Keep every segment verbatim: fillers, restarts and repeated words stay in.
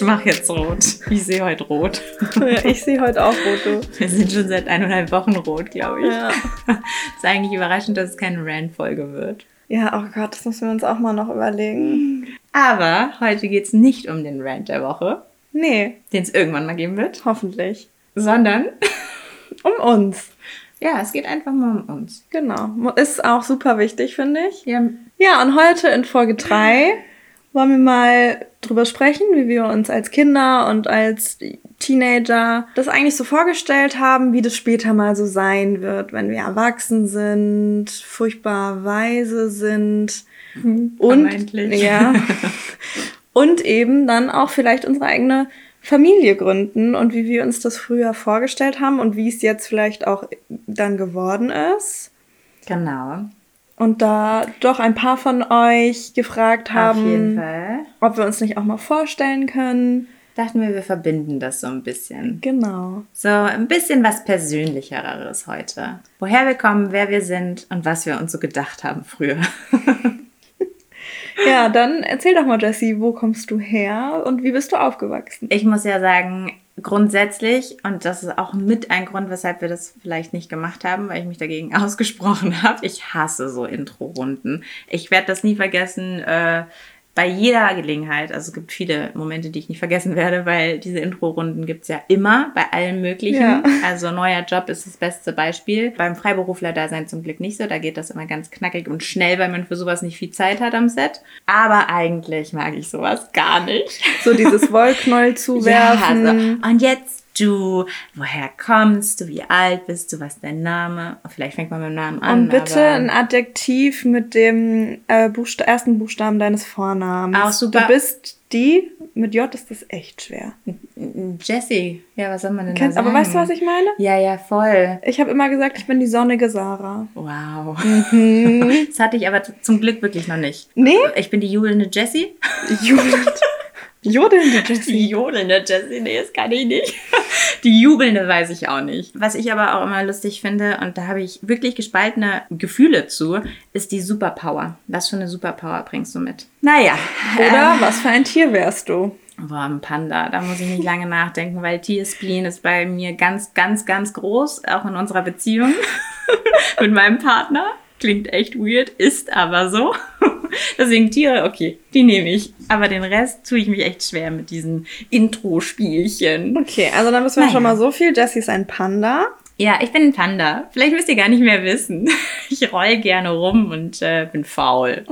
mach jetzt rot. Ich sehe heute rot. Ja, ich sehe heute auch rot, du. Wir sind schon seit eineinhalb Wochen rot, glaube ich. Ja. Ist eigentlich überraschend, dass es keine Rant-Folge wird. Ja, oh Gott, das müssen wir uns auch mal noch überlegen. Aber heute geht es nicht um den Rant der Woche. Nee. Den es irgendwann mal geben wird. Hoffentlich. Sondern um uns. Ja, es geht einfach mal um uns. Genau. Ist auch super wichtig, finde ich. Ja. Ja, und heute in Folge drei wollen wir mal drüber sprechen, wie wir uns als Kinder und als Teenager das eigentlich so vorgestellt haben, wie das später mal so sein wird, wenn wir erwachsen sind, furchtbar weise sind Hm, und vermeintlich. ja und eben dann auch vielleicht unsere eigene Familie gründen und wie wir uns das früher vorgestellt haben und wie es jetzt vielleicht auch dann geworden ist. Genau. Und da doch ein paar von euch gefragt haben, Auf jeden Fall. ob wir uns nicht auch mal vorstellen können. Dachten wir, wir verbinden das so ein bisschen. Genau. So ein bisschen was Persönlicheres heute. Woher wir kommen, wer wir sind und was wir uns so gedacht haben früher. Ja, dann erzähl doch mal, Jessie, wo kommst du her und wie bist du aufgewachsen? Ich muss ja sagen, grundsätzlich, und das ist auch mit ein Grund, weshalb wir das vielleicht nicht gemacht haben, weil ich mich dagegen ausgesprochen habe. Ich hasse so Intro-Runden. Ich werde das nie vergessen, äh, bei jeder Gelegenheit, also es gibt viele Momente, die ich nicht vergessen werde, weil diese Intro-Runden gibt es ja immer, bei allen möglichen. Ja. Also neuer Job ist das beste Beispiel. Beim Freiberufler-Dasein zum Glück nicht so, da geht das immer ganz knackig und schnell, weil man für sowas nicht viel Zeit hat am Set. Aber eigentlich mag ich sowas gar nicht. So dieses Wollknäuel zuwerfen. Ja, so. Und jetzt du, woher kommst du, wie alt bist du, was ist dein Name? Vielleicht fängt man mit dem Namen an. Und bitte aber ein Adjektiv mit dem äh, Buchsta- ersten Buchstaben deines Vornamens. Auch super. Du bist die, mit J ist das echt schwer. Jessie, ja, was soll man denn Kennst, da sagen? aber weißt du, was ich meine? Ja, ja, voll. Ich habe immer gesagt, ich bin die sonnige Sarah. Wow. Mhm. Das hatte ich aber t- zum Glück wirklich noch nicht. Nee? Ich bin die jodelnde Jessie. Judelt. Jodelnde Die Jessie. jodelnde Jessie, nee, das kann ich nicht. Die jubelnde weiß ich auch nicht. Was ich aber auch immer lustig finde, und da habe ich wirklich gespaltene Gefühle zu, ist die Superpower. Was für eine Superpower bringst du mit? Naja. Oder äh, was für ein Tier wärst du? Boah, ein Panda, da muss ich nicht lange nachdenken, weil Tierspleen ist bei mir ganz, ganz, ganz groß, auch in unserer Beziehung mit meinem Partner. Klingt echt weird, ist aber so. Deswegen Tiere, okay, die nehme ich. Aber den Rest tue ich mich echt schwer mit diesen Intro-Spielchen. Okay, also dann wissen wir Naja. schon mal so viel. Jessie ist ein Panda. Ja, ich bin ein Panda. Vielleicht müsst ihr gar nicht mehr wissen. Ich roll gerne rum und äh, bin faul.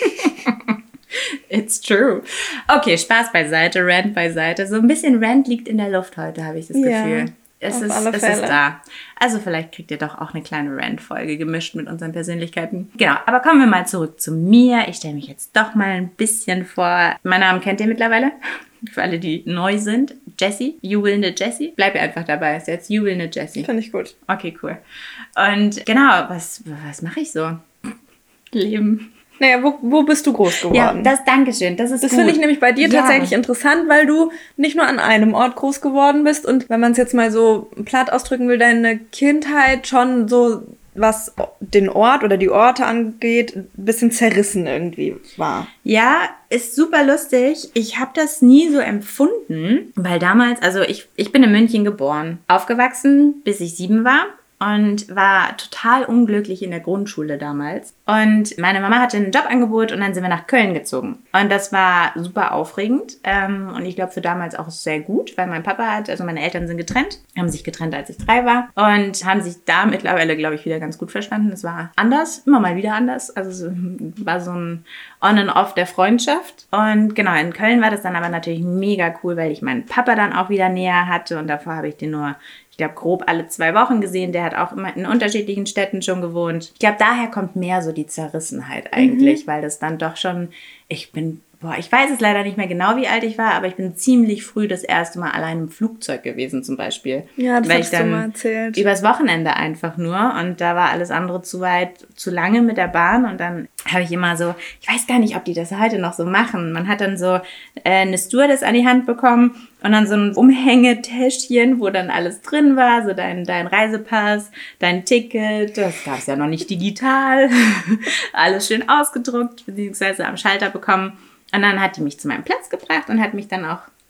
It's true. Okay, Spaß beiseite, Rant beiseite. So ein bisschen Rant liegt in der Luft heute, habe ich das Ja, Gefühl. Es, auf ist, alle es Fälle. ist da. Also vielleicht kriegt ihr doch auch eine kleine Rant-Folge gemischt mit unseren Persönlichkeiten. Genau, aber kommen wir mal zurück zu mir. Ich stelle mich jetzt doch mal ein bisschen vor. Meinen Namen kennt ihr mittlerweile. Für alle, die neu sind. Jessie, jubelnde Jessie. Bleib ihr einfach dabei. Ist jetzt jubelnde Jessie. Finde ich gut. Okay, cool. Und genau, was, was mache ich so? Leben. Naja, wo, wo bist du groß geworden? Ja, das Dankeschön. Das ist Das gut. finde ich nämlich bei dir Ja. tatsächlich interessant, weil du nicht nur an einem Ort groß geworden bist und wenn man es jetzt mal so platt ausdrücken will, deine Kindheit schon so, was den Ort oder die Orte angeht, ein bisschen zerrissen irgendwie war. Ja, ist super lustig. Ich habe das nie so empfunden, weil damals, also ich, ich bin in München geboren, aufgewachsen, bis ich sieben war. Und war total unglücklich in der Grundschule damals. Und meine Mama hatte ein Jobangebot und dann sind wir nach Köln gezogen. Und das war super aufregend. Ähm, und ich glaube für damals auch sehr gut, weil mein Papa hat, also meine Eltern sind getrennt, haben sich getrennt, als ich drei war. Und haben sich da mittlerweile, glaube ich, wieder ganz gut verstanden. Es war anders, immer mal wieder anders. Also es war so ein On and Off der Freundschaft. Und genau, in Köln war das dann aber natürlich mega cool, weil ich meinen Papa dann auch wieder näher hatte. Und davor habe ich den nur... Ich glaube, grob alle zwei Wochen gesehen. Der hat auch immer in unterschiedlichen Städten schon gewohnt. Ich glaube, daher kommt mehr so die Zerrissenheit eigentlich, mhm. weil das dann doch schon, ich bin, boah, ich weiß es leider nicht mehr genau, wie alt ich war, aber ich bin ziemlich früh das erste Mal allein im Flugzeug gewesen zum Beispiel. Ja, das weil hast ich dann du mal erzählt. Übers Wochenende einfach nur und da war alles andere zu weit, zu lange mit der Bahn und dann habe ich immer so, ich weiß gar nicht, ob die das heute noch so machen. Man hat dann so äh, eine Stewardess an die Hand bekommen und dann so ein Umhängetäschchen, wo dann alles drin war, so dein, dein Reisepass, dein Ticket, das gab es ja noch nicht digital, alles schön ausgedruckt, beziehungsweise am Schalter bekommen. Und dann hat die mich zu meinem Platz gebracht und hat mich dann auch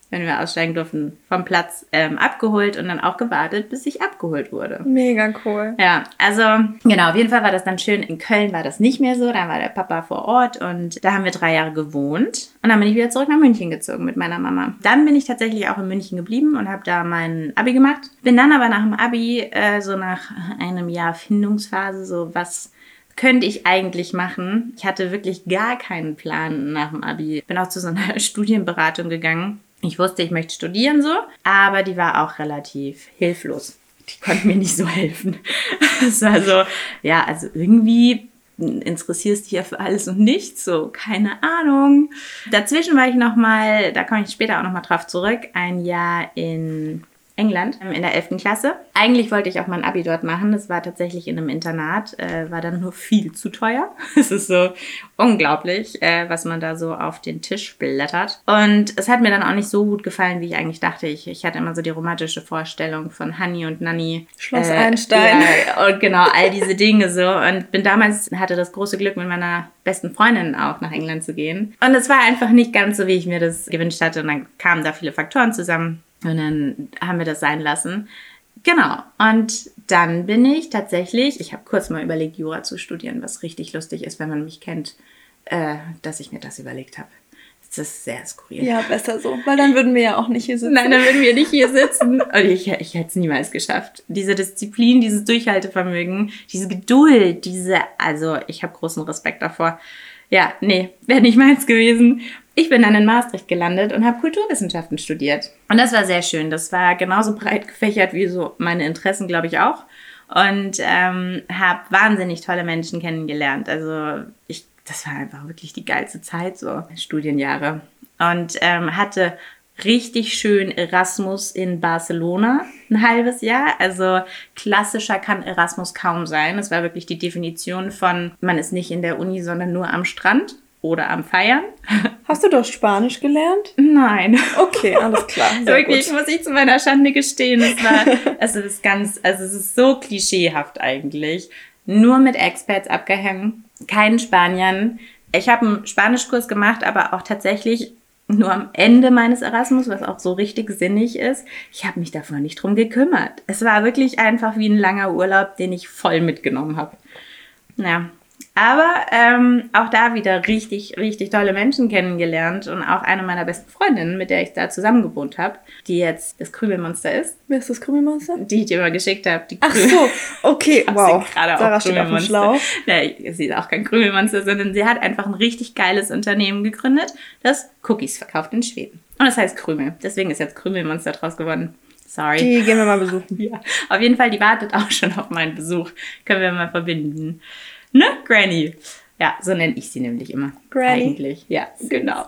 wenn wir aussteigen durften, vom Platz ähm, abgeholt und dann auch gewartet, bis ich abgeholt wurde. Mega cool. Ja, also genau, auf jeden Fall war das dann schön. In Köln war das nicht mehr so, da war der Papa vor Ort und da haben wir drei Jahre gewohnt. Und dann bin ich wieder zurück nach München gezogen mit meiner Mama. Dann bin ich tatsächlich auch in München geblieben und habe da mein Abi gemacht. Bin dann aber nach dem Abi, äh, so nach einem Jahr Findungsphase, so was könnte ich eigentlich machen. Ich hatte wirklich gar keinen Plan nach dem Abi. Bin auch zu so einer Studienberatung gegangen. Ich wusste, ich möchte studieren so, aber die war auch relativ hilflos. Die konnten mir nicht so helfen. Es war so, ja, also irgendwie interessierst dich ja für alles und nichts, so, keine Ahnung. Dazwischen war ich nochmal, da komme ich später auch nochmal drauf zurück, ein Jahr in England, in der elften Klasse. Eigentlich wollte ich auch mein Abi dort machen. Das war tatsächlich in einem Internat, äh, war dann nur viel zu teuer. Es ist so unglaublich, äh, was man da so auf den Tisch blättert. Und es hat mir dann auch nicht so gut gefallen, wie ich eigentlich dachte. Ich, ich hatte immer so die romantische Vorstellung von Hanni und Nanni. Schloss äh, Einstein. Ja, und genau, all diese Dinge so. Und bin damals, hatte das große Glück, mit meiner besten Freundin auch nach England zu gehen. Und es war einfach nicht ganz so, wie ich mir das gewünscht hatte. Und dann kamen da viele Faktoren zusammen. Und dann haben wir das sein lassen. Genau. Und dann bin ich tatsächlich, ich habe kurz mal überlegt, Jura zu studieren, was richtig lustig ist, wenn man mich kennt, äh, dass ich mir das überlegt habe. Das ist sehr skurril. Ja, besser so, weil dann würden wir ja auch nicht hier sitzen. Nein, dann würden wir nicht hier sitzen. Und ich, ich hätte es niemals geschafft. Diese Disziplin, dieses Durchhaltevermögen, diese Geduld, diese, also ich habe großen Respekt davor. Ja, nee, wäre nicht meins gewesen. Ich bin dann in Maastricht gelandet und habe Kulturwissenschaften studiert. Und das war sehr schön. Das war genauso breit gefächert wie so meine Interessen, glaube ich, auch. Und ähm, habe wahnsinnig tolle Menschen kennengelernt. Also ich, das war einfach wirklich die geilste Zeit, so Studienjahre. Und ähm, hatte richtig schön Erasmus in Barcelona, ein halbes Jahr. Also klassischer kann Erasmus kaum sein. Das war wirklich die Definition von, man ist nicht in der Uni, sondern nur am Strand oder am Feiern. Hast du doch Spanisch gelernt? Nein. Okay, alles klar. Sehr wirklich, gut. muss ich zu meiner Schande gestehen. Es war, es ist ganz, also es ist so klischeehaft eigentlich. Nur mit Expats abgehängt, keinen Spaniern. Ich habe einen Spanischkurs gemacht, aber auch tatsächlich nur am Ende meines Erasmus, was auch so richtig sinnig ist. Ich habe mich davon nicht drum gekümmert. Es war wirklich einfach wie ein langer Urlaub, den ich voll mitgenommen habe. Ja. Aber ähm, auch da wieder richtig, richtig tolle Menschen kennengelernt und auch eine meiner besten Freundinnen, mit der ich da zusammen gewohnt habe, die jetzt das Krümelmonster ist. Wer ist das Krümelmonster? Die ich dir mal geschickt habe. Die Ach so, okay, wow. Gerade Sarah auch steht auf dem Krümelmonster. Schlauch. Nee, sie ist auch kein Krümelmonster, sondern sie hat einfach ein richtig geiles Unternehmen gegründet, das Cookies verkauft in Schweden. Und das heißt Krümel. Deswegen ist jetzt Krümelmonster draus geworden. Sorry. Die gehen wir mal besuchen. Ja, auf jeden Fall, die wartet auch schon auf meinen Besuch. Können wir mal verbinden. Ne, Granny? Ja, so nenne ich sie nämlich immer. Granny. Eigentlich, ja, genau.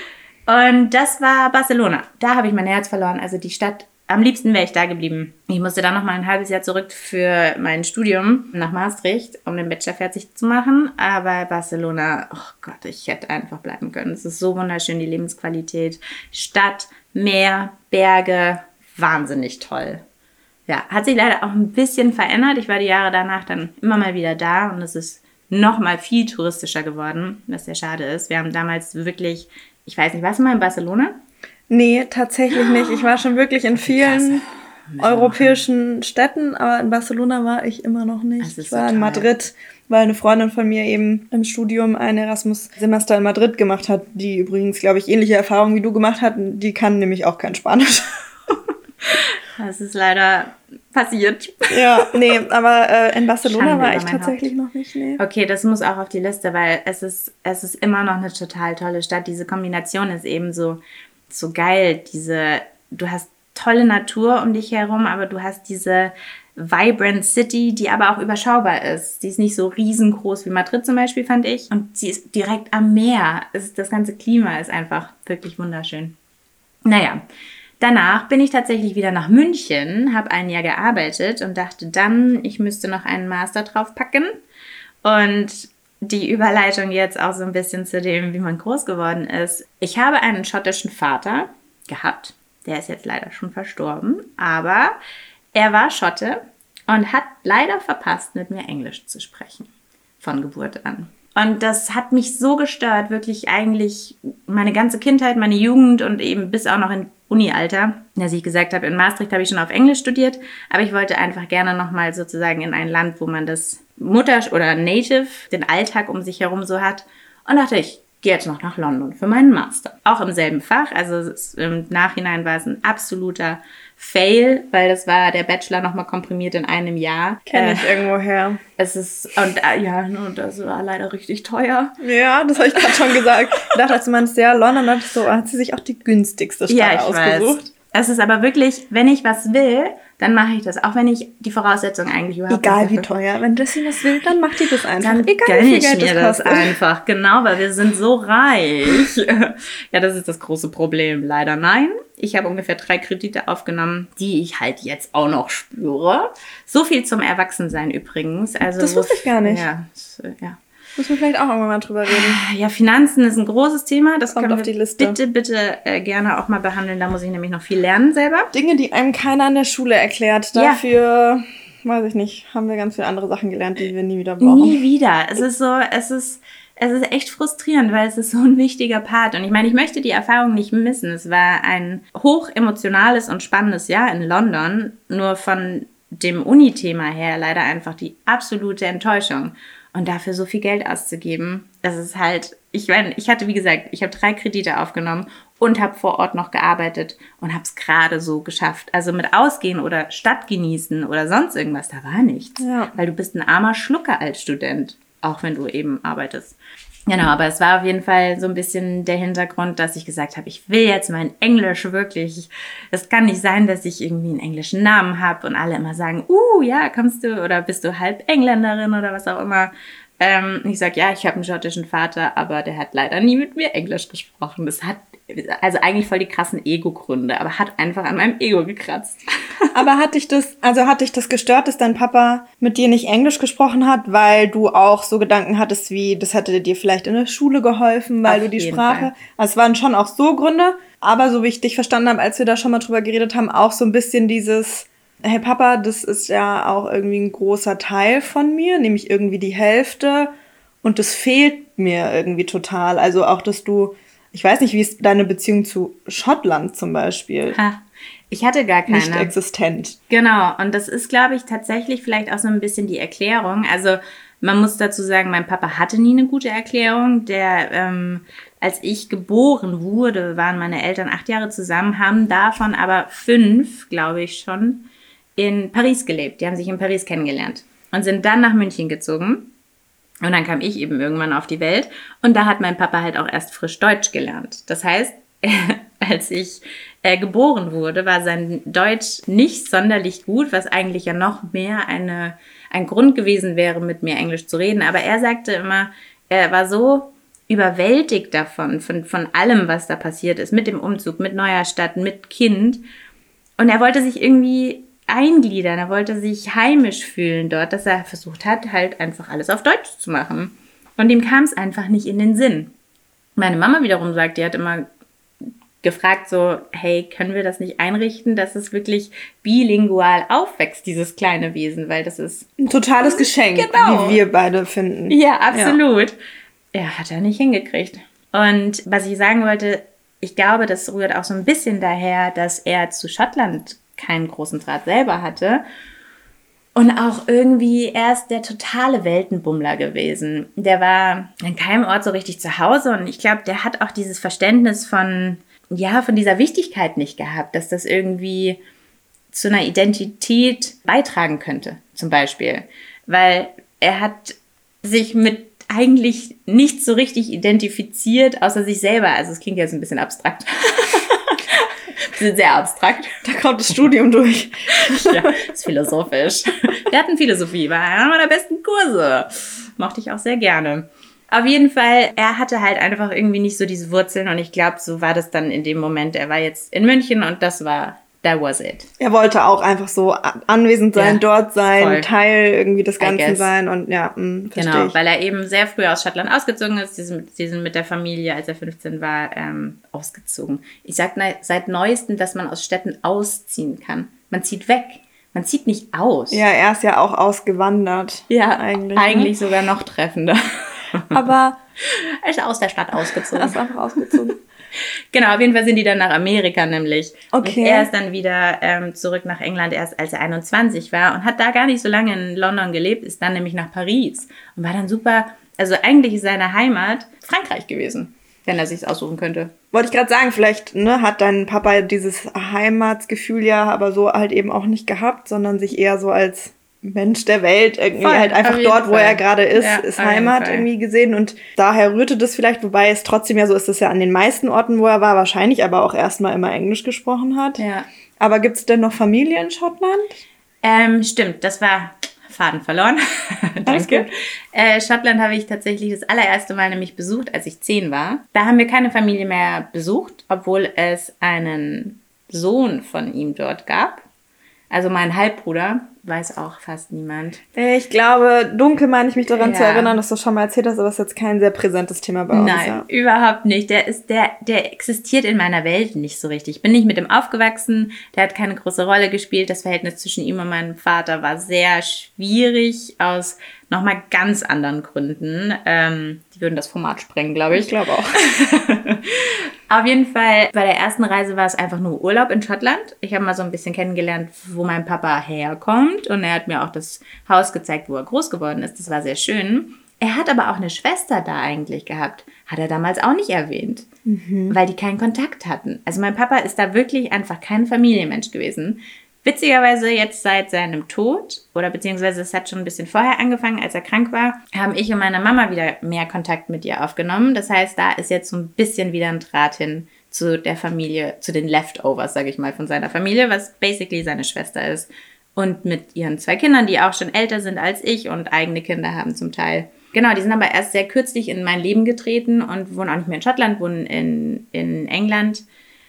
Und das war Barcelona. Da habe ich mein Herz verloren. Also die Stadt, am liebsten wäre ich da geblieben. Ich musste dann noch mal ein halbes Jahr zurück für mein Studium nach Maastricht, um den Bachelor fertig zu machen. Aber Barcelona, oh Gott, ich hätte einfach bleiben können. Es ist so wunderschön, die Lebensqualität. Stadt, Meer, Berge, wahnsinnig toll. Ja, hat sich leider auch ein bisschen verändert. Ich war die Jahre danach dann immer mal wieder da und es ist noch mal viel touristischer geworden, was sehr schade ist. Wir haben damals wirklich, ich weiß nicht, warst du mal in Barcelona? Nee, tatsächlich nicht. Ich war schon wirklich in vielen europäischen Städten, aber in Barcelona war ich immer noch nicht. Ich war in Madrid, weil eine Freundin von mir eben im Studium ein Erasmus-Semester in Madrid gemacht hat, die übrigens, glaube ich, ähnliche Erfahrungen wie du gemacht hat. Die kann nämlich auch kein Spanisch. Das ist leider passiert. Ja, nee, aber äh, in Barcelona Schande war ich über mein tatsächlich Haupt. noch nicht, nee. Okay, das muss auch auf die Liste, weil es ist, es ist immer noch eine total tolle Stadt. Diese Kombination ist eben so, so geil. Diese, du hast tolle Natur um dich herum, aber du hast diese vibrant City, die aber auch überschaubar ist. Sie ist nicht so riesengroß wie Madrid zum Beispiel, fand ich. Und sie ist direkt am Meer. Es ist, das ganze Klima ist einfach wirklich wunderschön. Naja, danach bin ich tatsächlich wieder nach München, habe ein Jahr gearbeitet und dachte dann, ich müsste noch einen Master draufpacken. Und die Überleitung jetzt auch so ein bisschen zu dem, wie man groß geworden ist. Ich habe einen schottischen Vater gehabt. Der ist jetzt leider schon verstorben, aber er war Schotte und hat leider verpasst, mit mir Englisch zu sprechen. Von Geburt an. Und das hat mich so gestört, wirklich eigentlich meine ganze Kindheit, meine Jugend und eben bis auch noch in Uni-Alter, dass ich gesagt habe, in Maastricht habe ich schon auf Englisch studiert, aber ich wollte einfach gerne nochmal sozusagen in ein Land, wo man das Mutter- oder Native, den Alltag um sich herum so hat. Und dachte ich, gehe jetzt noch nach London für meinen Master. Auch im selben Fach, also es, im Nachhinein war es ein absoluter Fail, weil das war der Bachelor nochmal komprimiert in einem Jahr. Kenne ich äh, irgendwo her. Es ist, und äh, ja, und das war leider richtig teuer. Ja, das habe ich gerade schon gesagt. Ich dachte, als du meinst, ja, London, dachte ich so, hat sie sich auch die günstigste Stadt ja, ich ausgesucht. Weiß. Es ist aber wirklich, wenn ich was will, dann mache ich das. Auch wenn ich die Voraussetzungen eigentlich überhaupt Egal nicht wie teuer. Wenn Jessie was will, dann macht die das einfach. Dann Egal gönn wie viel ich Geld mir das das kostet. einfach. Genau, weil wir sind so reich. Ja, das ist das große Problem. Leider nein. Ich habe ungefähr drei Kredite aufgenommen, die ich halt jetzt auch noch spüre. So viel zum Erwachsensein übrigens. Also, das wusste ich gar nicht. Ja, das, ja. Müssen wir vielleicht auch irgendwann mal drüber reden. Ja, Finanzen ist ein großes Thema. Das kommt können auf wir die Liste. bitte, bitte äh, gerne auch mal behandeln. Da muss ich nämlich noch viel lernen selber. Dinge, die einem keiner in der Schule erklärt. Dafür, ja. weiß ich nicht, haben wir ganz viele andere Sachen gelernt, die wir nie wieder brauchen. Nie wieder. Es ist so, es ist, es ist echt frustrierend, weil es ist so ein wichtiger Part. Und ich meine, ich möchte die Erfahrung nicht missen. Es war ein hoch emotionales und spannendes Jahr in London. Nur von dem Uni-Thema her leider einfach die absolute Enttäuschung. Und dafür so viel Geld auszugeben, das ist halt, ich meine, ich hatte, wie gesagt, ich habe drei Kredite aufgenommen und habe vor Ort noch gearbeitet und habe es gerade so geschafft. Also mit Ausgehen oder Stadt genießen oder sonst irgendwas, da war nichts. Ja. Weil du bist ein armer Schlucker als Student, auch wenn du eben arbeitest. Genau, aber es war auf jeden Fall so ein bisschen der Hintergrund, dass ich gesagt habe, ich will jetzt mein Englisch wirklich. Es kann nicht sein, dass ich irgendwie einen englischen Namen habe und alle immer sagen, uh, ja, kommst du oder bist du halb Engländerin oder was auch immer. Ähm, ich sage, ja, ich habe einen schottischen Vater, aber der hat leider nie mit mir Englisch gesprochen. Das hat also eigentlich voll die krassen Ego-Gründe, aber hat einfach an meinem Ego gekratzt. Aber hat dich das, also hat dich das gestört, dass dein Papa mit dir nicht Englisch gesprochen hat, weil du auch so Gedanken hattest wie, das hätte dir vielleicht in der Schule geholfen, weil Auf du die jeden Sprache, Fall. also es waren schon auch so Gründe, aber so wie ich dich verstanden habe, als wir da schon mal drüber geredet haben, auch so ein bisschen dieses, hey Papa, das ist ja auch irgendwie ein großer Teil von mir, nämlich irgendwie die Hälfte und das fehlt mir irgendwie total. Also auch, dass du, ich weiß nicht, wie ist deine Beziehung zu Schottland zum Beispiel? Ha, ich hatte gar keine. Nicht existent. Genau, und das ist, glaube ich, tatsächlich vielleicht auch so ein bisschen die Erklärung. Also man muss dazu sagen, mein Papa hatte nie eine gute Erklärung. Der, ähm, als ich geboren wurde, waren meine Eltern acht Jahre zusammen, haben davon aber fünf, glaube ich schon, in Paris gelebt. Die haben sich in Paris kennengelernt und sind dann nach München gezogen. Und dann kam ich eben irgendwann auf die Welt und da hat mein Papa halt auch erst frisch Deutsch gelernt. Das heißt, als ich äh, geboren wurde, war sein Deutsch nicht sonderlich gut, was eigentlich ja noch mehr eine, ein Grund gewesen wäre, mit mir Englisch zu reden. Aber er sagte immer, er war so überwältigt davon, von, von allem, was da passiert ist, mit dem Umzug, mit neuer Stadt, mit Kind. Und er wollte sich irgendwie eingliedern, er wollte sich heimisch fühlen dort, dass er versucht hat, halt einfach alles auf Deutsch zu machen. Und ihm kam es einfach nicht in den Sinn. Meine Mama wiederum sagt, die hat immer gefragt so, hey, können wir das nicht einrichten, dass es wirklich bilingual aufwächst, dieses kleine Wesen, weil das ist ein totales Geschenk, genau. Wie wir beide finden. Ja, absolut. Ja. Er hat er nicht hingekriegt. Und was ich sagen wollte, ich glaube, das rührt auch so ein bisschen daher, dass er zu Schottland keinen großen Draht selber hatte. Und auch irgendwie, er ist der totale Weltenbummler gewesen. Der war an keinem Ort so richtig zu Hause und ich glaube, der hat auch dieses Verständnis von, ja, von dieser Wichtigkeit nicht gehabt, dass das irgendwie zu einer Identität beitragen könnte, zum Beispiel. Weil er hat sich mit eigentlich nicht so richtig identifiziert, außer sich selber. Also es klingt jetzt ein bisschen abstrakt. Sehr abstrakt. Da kommt das Studium durch. Ja, ist philosophisch. Wir hatten Philosophie, war einer meiner besten Kurse. Mochte ich auch sehr gerne. Auf jeden Fall, er hatte halt einfach irgendwie nicht so diese Wurzeln und ich glaube, so war das dann in dem Moment. Er war jetzt in München und das war, that was it. Er wollte auch einfach so anwesend sein, ja, dort sein, voll. Teil irgendwie des Ganzen sein und ja, mh, verstehe Genau, ich. weil er eben sehr früh aus Schottland ausgezogen ist. Sie sind, sie sind mit der Familie, als er fünfzehn war, ähm, ausgezogen. Ich sag ne, seit Neuestem, dass man aus Städten ausziehen kann. Man zieht weg. Man zieht nicht aus. Ja, er ist ja auch ausgewandert. Ja, eigentlich, eigentlich ne? sogar noch treffender. Aber er ist aus der Stadt ausgezogen. Er ist einfach ausgezogen. Genau, auf jeden Fall sind die dann nach Amerika nämlich. Okay. Und er ist dann wieder ähm, zurück nach England, erst als er einundzwanzig war und hat da gar nicht so lange in London gelebt, ist dann nämlich nach Paris und war dann super, also eigentlich ist seine Heimat Frankreich gewesen, wenn er sich's aussuchen könnte. Wollte ich gerade sagen, vielleicht ne, hat dein Papa dieses Heimatsgefühl ja aber so halt eben auch nicht gehabt, sondern sich eher so als Mensch der Welt irgendwie Voll, halt einfach dort, Fall. wo er gerade ist, ja, ist Heimat irgendwie gesehen und daher rührte das vielleicht, wobei es trotzdem ja so ist, dass er an den meisten Orten, wo er war, wahrscheinlich aber auch erstmal immer Englisch gesprochen hat. Ja. Aber gibt es denn noch Familie in Schottland? Ähm, stimmt, das war Faden verloren. Danke. Äh, Schottland habe ich tatsächlich das allererste Mal nämlich besucht, als ich zehn war. Da haben wir keine Familie mehr besucht, obwohl es einen Sohn von ihm dort gab. Also mein Halbbruder, weiß auch fast niemand. Ich glaube, dunkel meine ich mich daran ja. zu erinnern, dass du schon mal erzählt hast, aber es ist jetzt kein sehr präsentes Thema bei uns. Nein, ja. überhaupt nicht. Der ist, der, der existiert in meiner Welt nicht so richtig. Ich bin nicht mit ihm aufgewachsen, der hat keine große Rolle gespielt. Das Verhältnis zwischen ihm und meinem Vater war sehr schwierig aus nochmal ganz anderen Gründen. Ähm, die würden das Format sprengen, glaube ich. Ich glaube auch. Auf jeden Fall, bei der ersten Reise war es einfach nur Urlaub in Schottland. Ich habe mal so ein bisschen kennengelernt, wo mein Papa herkommt. Und er hat mir auch das Haus gezeigt, wo er groß geworden ist. Das war sehr schön. Er hat aber auch eine Schwester da eigentlich gehabt. Hat er damals auch nicht erwähnt, mhm. weil die keinen Kontakt hatten. Also mein Papa ist da wirklich einfach kein Familienmensch gewesen. Witzigerweise jetzt seit seinem Tod, oder beziehungsweise es hat schon ein bisschen vorher angefangen, als er krank war, haben ich und meine Mama wieder mehr Kontakt mit ihr aufgenommen. Das heißt, da ist jetzt so ein bisschen wieder ein Draht hin zu der Familie, zu den Leftovers, sage ich mal, von seiner Familie, was basically seine Schwester ist. Und mit ihren zwei Kindern, die auch schon älter sind als ich und eigene Kinder haben zum Teil. Genau, die sind aber erst sehr kürzlich in mein Leben getreten und wohnen auch nicht mehr in Schottland, wohnen in, in England.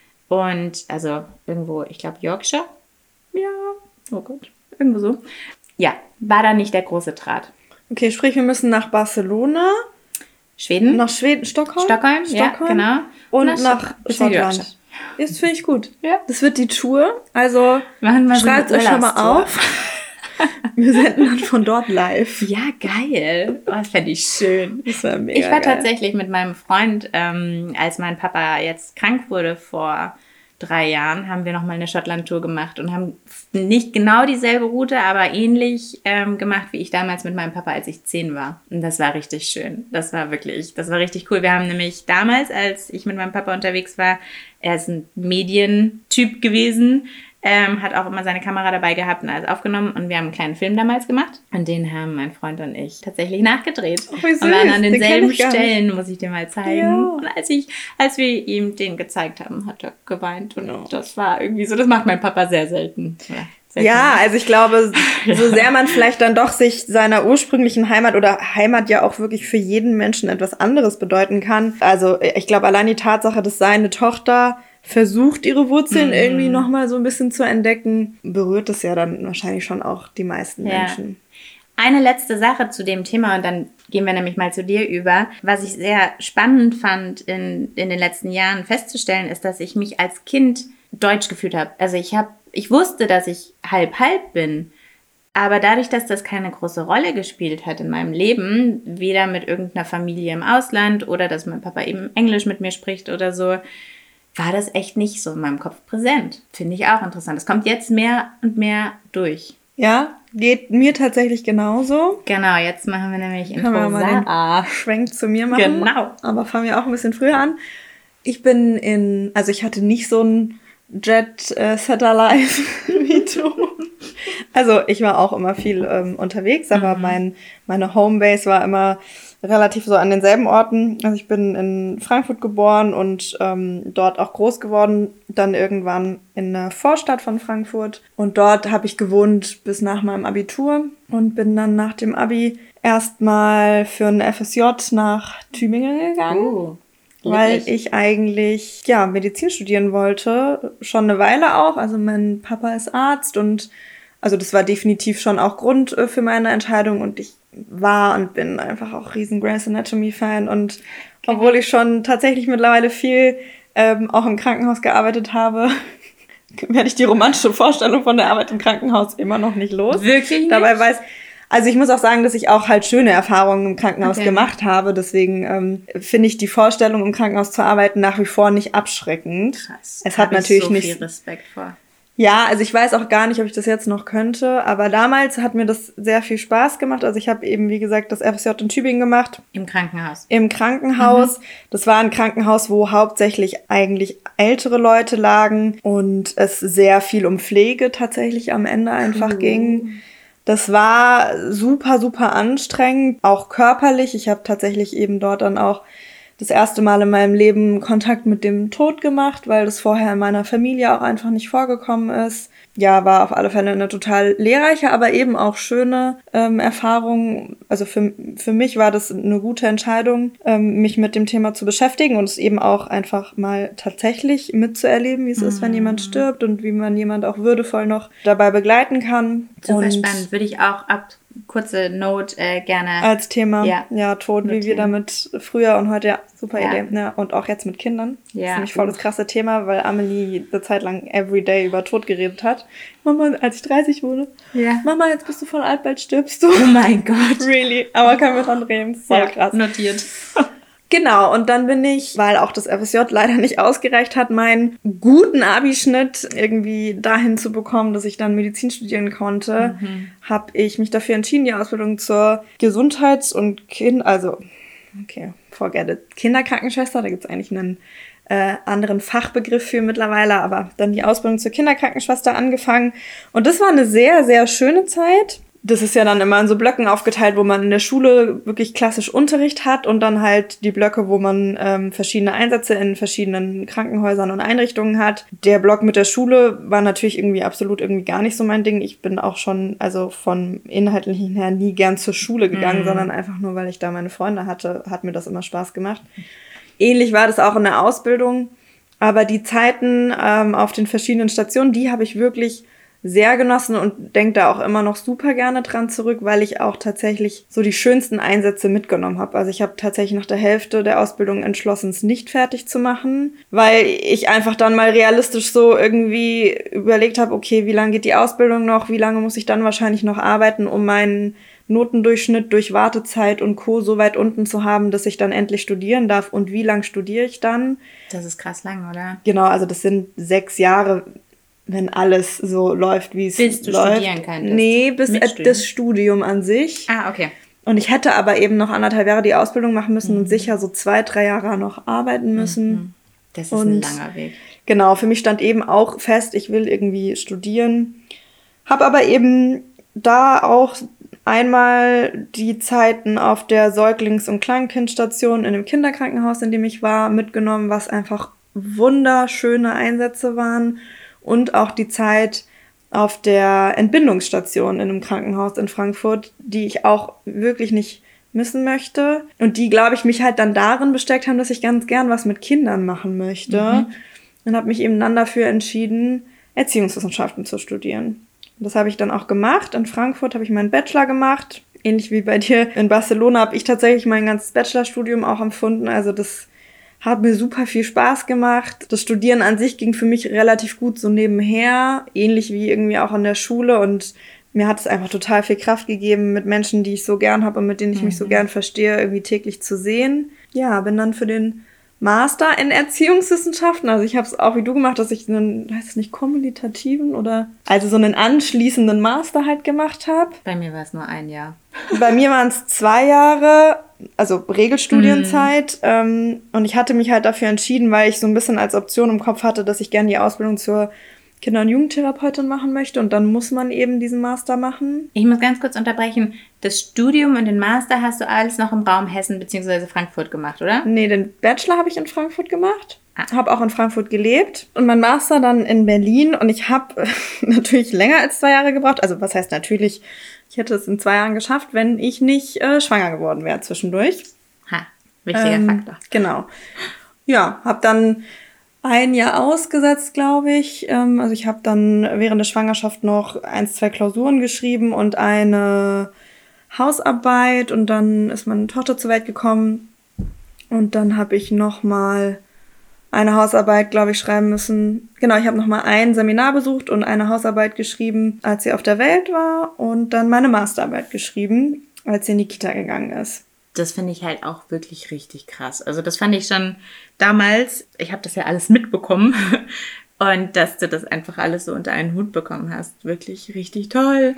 Und also irgendwo, ich glaube Yorkshire. Ja, oh Gott, irgendwo so. Ja, war da nicht der große Draht. Okay, sprich, wir müssen nach Barcelona. Schweden. Nach Schweden, Stockholm. Stockholm, Stockholm. ja, genau. Und nach, nach Schottland. Das finde ich gut. Ja. Das wird die Tour. Also schreibt euch schon mal auf. Wir senden dann von dort live. Ja, geil. Oh, das fände ich schön. Das war mega Ich war geil. tatsächlich mit meinem Freund, ähm, als mein Papa jetzt krank wurde vor drei Jahren, haben wir nochmal eine Schottland-Tour gemacht und haben nicht genau dieselbe Route, aber ähnlich ähm, gemacht, wie ich damals mit meinem Papa, als ich zehn war. Und das war richtig schön. Das war wirklich, das war richtig cool. Wir haben nämlich damals, als ich mit meinem Papa unterwegs war, er ist ein Medientyp gewesen, Ähm, hat auch immer seine Kamera dabei gehabt und alles aufgenommen und wir haben einen kleinen Film damals gemacht und den haben mein Freund und ich tatsächlich nachgedreht. Oh, wie süß. Und waren an Den denselben kenn ich gar Stellen, nicht. muss ich dir mal zeigen. Ja. Und als, ich, als wir ihm den gezeigt haben, hat er geweint und Ja. das war irgendwie so, das macht mein Papa sehr selten. Ja, selten. Ja, also ich glaube, so sehr man vielleicht dann doch sich seiner ursprünglichen Heimat oder Heimat ja auch wirklich für jeden Menschen etwas anderes bedeuten kann. Also ich glaube, allein die Tatsache, dass seine Tochter versucht, ihre Wurzeln Mhm. irgendwie nochmal so ein bisschen zu entdecken, berührt es ja dann wahrscheinlich schon auch die meisten Ja. Menschen. Eine letzte Sache zu dem Thema und dann gehen wir nämlich mal zu dir über. Was ich sehr spannend fand in, in den letzten Jahren festzustellen, ist, dass ich mich als Kind deutsch gefühlt habe. Also ich habe, ich wusste, dass ich halb-halb bin, aber dadurch, dass das keine große Rolle gespielt hat in meinem Leben, weder mit irgendeiner Familie im Ausland oder dass mein Papa eben Englisch mit mir spricht oder so, war das echt nicht so in meinem Kopf präsent. Finde ich auch interessant. Das kommt jetzt mehr und mehr durch. Ja, geht mir tatsächlich genauso. Genau, jetzt machen wir nämlich Können wir Intro mal den Sarah. Schwenk zu mir machen. Genau. Aber fangen wir auch ein bisschen früher an. Ich bin in, also ich hatte nicht so ein Jet-Setter-Life wie du. Also ich war auch immer viel ähm, unterwegs, aber Mhm. mein, meine Homebase war immer relativ so an denselben Orten. Also ich bin in Frankfurt geboren und ähm, dort auch groß geworden. Dann irgendwann in der Vorstadt von Frankfurt. Und dort habe ich gewohnt bis nach meinem Abitur und bin dann nach dem Abi erstmal für ein F S J nach Tübingen gegangen. Oh, Weil wirklich? ich eigentlich, ja, Medizin studieren wollte, schon eine Weile auch. Also mein Papa ist Arzt und also das war definitiv schon auch Grund äh, für meine Entscheidung und ich war und bin einfach auch riesen Grey's Anatomy-Fan und Okay. obwohl ich schon tatsächlich mittlerweile viel ähm, auch im Krankenhaus gearbeitet habe, werde ich die romantische Vorstellung von der Arbeit im Krankenhaus immer noch nicht los. Wirklich nicht? Dabei weiß, Also ich muss auch sagen, dass ich auch halt schöne Erfahrungen im Krankenhaus okay. gemacht habe. Deswegen ähm, finde ich die Vorstellung, im Krankenhaus zu arbeiten, nach wie vor nicht abschreckend. Krass. Es hat natürlich so nicht viel Respekt vor. Ja, also ich weiß auch gar nicht, ob ich das jetzt noch könnte, aber damals hat mir das sehr viel Spaß gemacht. Also ich habe eben, wie gesagt, das F S J in Tübingen gemacht. Im Krankenhaus? Im Krankenhaus. Mhm. Das war ein Krankenhaus, wo hauptsächlich eigentlich ältere Leute lagen und es sehr viel um Pflege tatsächlich am Ende einfach cool. ging. Das war super, super anstrengend, auch körperlich. Ich habe tatsächlich eben dort dann auch das erste Mal in meinem Leben Kontakt mit dem Tod gemacht, weil das vorher in meiner Familie auch einfach nicht vorgekommen ist. Ja, war auf alle Fälle eine total lehrreiche, aber eben auch schöne ähm, Erfahrung. Also für, für mich war das eine gute Entscheidung, ähm, mich mit dem Thema zu beschäftigen und es eben auch einfach mal tatsächlich mitzuerleben, wie es mhm. ist, wenn jemand stirbt und wie man jemand auch würdevoll noch dabei begleiten kann. Super und spannend. Würde ich auch ab kurze Note äh, gerne als Thema, ja, ja Tod, notieren. Wie wir damit früher und heute, ja, super ja. Idee. Ja, und auch jetzt mit Kindern. Ja. Das ist nämlich voll das krasse Thema, weil Amelie eine Zeit lang everyday über Tod geredet hat. Mama, als ich dreißig wurde, ja. Mama, jetzt bist du voll alt, bald stirbst du. Oh mein Gott. Really, aber können wir dran reden, voll ja, krass. Notiert. Genau, und dann bin ich, weil auch das F S J leider nicht ausgereicht hat, meinen guten Abischnitt irgendwie dahin zu bekommen, dass ich dann Medizin studieren konnte, mhm. habe ich mich dafür entschieden, die Ausbildung zur Gesundheits- und Kind... Also, okay, forget it. Kinderkrankenschwester, da gibt es eigentlich einen äh, anderen Fachbegriff für mittlerweile, aber dann die Ausbildung zur Kinderkrankenschwester angefangen. Und das war eine sehr, sehr schöne Zeit. Das ist ja dann immer in so Blöcken aufgeteilt, wo man in der Schule wirklich klassisch Unterricht hat und dann halt die Blöcke, wo man ähm, verschiedene Einsätze in verschiedenen Krankenhäusern und Einrichtungen hat. Der Block mit der Schule war natürlich irgendwie absolut irgendwie gar nicht so mein Ding. Ich bin auch schon, also von Inhaltlichen her nie gern zur Schule gegangen, mhm. sondern einfach nur, weil ich da meine Freunde hatte, hat mir das immer Spaß gemacht. Ähnlich war das auch in der Ausbildung, aber die Zeiten ähm, auf den verschiedenen Stationen, die habe ich wirklich sehr genossen und denke da auch immer noch super gerne dran zurück, weil ich auch tatsächlich so die schönsten Einsätze mitgenommen habe. Also ich habe tatsächlich nach der Hälfte der Ausbildung entschlossen, es nicht fertig zu machen, weil ich einfach dann mal realistisch so irgendwie überlegt habe, okay, wie lange geht die Ausbildung noch, wie lange muss ich dann wahrscheinlich noch arbeiten, um meinen Notendurchschnitt durch Wartezeit und Co. so weit unten zu haben, dass ich dann endlich studieren darf und wie lang studiere ich dann? Das ist krass lang, oder? Genau, also das sind sechs Jahre, wenn alles so läuft, wie es läuft. Bis du studieren kannst? Nee, bis das Studium an sich. Ah, okay. Und ich hätte aber eben noch anderthalb Jahre die Ausbildung machen müssen mhm. und sicher so zwei, drei Jahre noch arbeiten müssen. Mhm. Das ist und ein langer Weg. Genau, für mich stand eben auch fest, ich will irgendwie studieren. Habe aber eben da auch einmal die Zeiten auf der Säuglings- und Kleinkindstation in dem Kinderkrankenhaus, in dem ich war, mitgenommen, was einfach wunderschöne Einsätze waren. Und auch die Zeit auf der Entbindungsstation in einem Krankenhaus in Frankfurt, die ich auch wirklich nicht missen möchte. Und die, glaube ich, mich halt dann darin bestärkt haben, dass ich ganz gern was mit Kindern machen möchte. Mhm. Und habe mich eben dann dafür entschieden, Erziehungswissenschaften zu studieren. Und das habe ich dann auch gemacht. In Frankfurt habe ich meinen Bachelor gemacht. Ähnlich wie bei dir in Barcelona habe ich tatsächlich mein ganzes Bachelorstudium auch empfunden. Also das hat mir super viel Spaß gemacht. Das Studieren an sich ging für mich relativ gut so nebenher, ähnlich wie irgendwie auch an der Schule. Und mir hat es einfach total viel Kraft gegeben, mit Menschen, die ich so gern habe und mit denen ich mhm. mich so gern verstehe, irgendwie täglich zu sehen. Ja, bin dann für den Master in Erziehungswissenschaften, also ich habe es auch wie du gemacht, dass ich einen, heißt es nicht, kommilitativen oder, also so einen anschließenden Master halt gemacht habe. Bei mir war es nur ein Jahr. Bei mir waren es zwei Jahre, also Regelstudienzeit. Mm. Ähm, und ich hatte mich halt dafür entschieden, weil ich so ein bisschen als Option im Kopf hatte, dass ich gerne die Ausbildung zur Kinder- und Jugendtherapeutin machen möchte. Und dann muss man eben diesen Master machen. Ich muss ganz kurz unterbrechen. Das Studium und den Master hast du alles noch im Raum Hessen bzw. Frankfurt gemacht, oder? Nee, den Bachelor habe ich in Frankfurt gemacht. Ah. Habe auch in Frankfurt gelebt. Und mein Master dann in Berlin. Und ich habe natürlich länger als zwei Jahre gebraucht. Also was heißt natürlich, ich hätte es in zwei Jahren geschafft, wenn ich nicht äh, schwanger geworden wäre zwischendurch. Ha, wichtiger ähm, Faktor. Genau. Ja, habe dann ein Jahr ausgesetzt, glaube ich. Ähm, also ich habe dann während der Schwangerschaft noch eins, zwei Klausuren geschrieben und eine Hausarbeit. Und dann ist meine Tochter zur Welt gekommen. Und dann habe ich noch mal eine Hausarbeit, glaube ich, schreiben müssen. Genau, ich habe nochmal ein Seminar besucht und eine Hausarbeit geschrieben, als sie auf der Welt war. Und dann meine Masterarbeit geschrieben, als sie in die Kita gegangen ist. Das finde ich halt auch wirklich richtig krass. Also das fand ich schon damals, ich habe das ja alles mitbekommen und dass du das einfach alles so unter einen Hut bekommen hast. Wirklich richtig toll.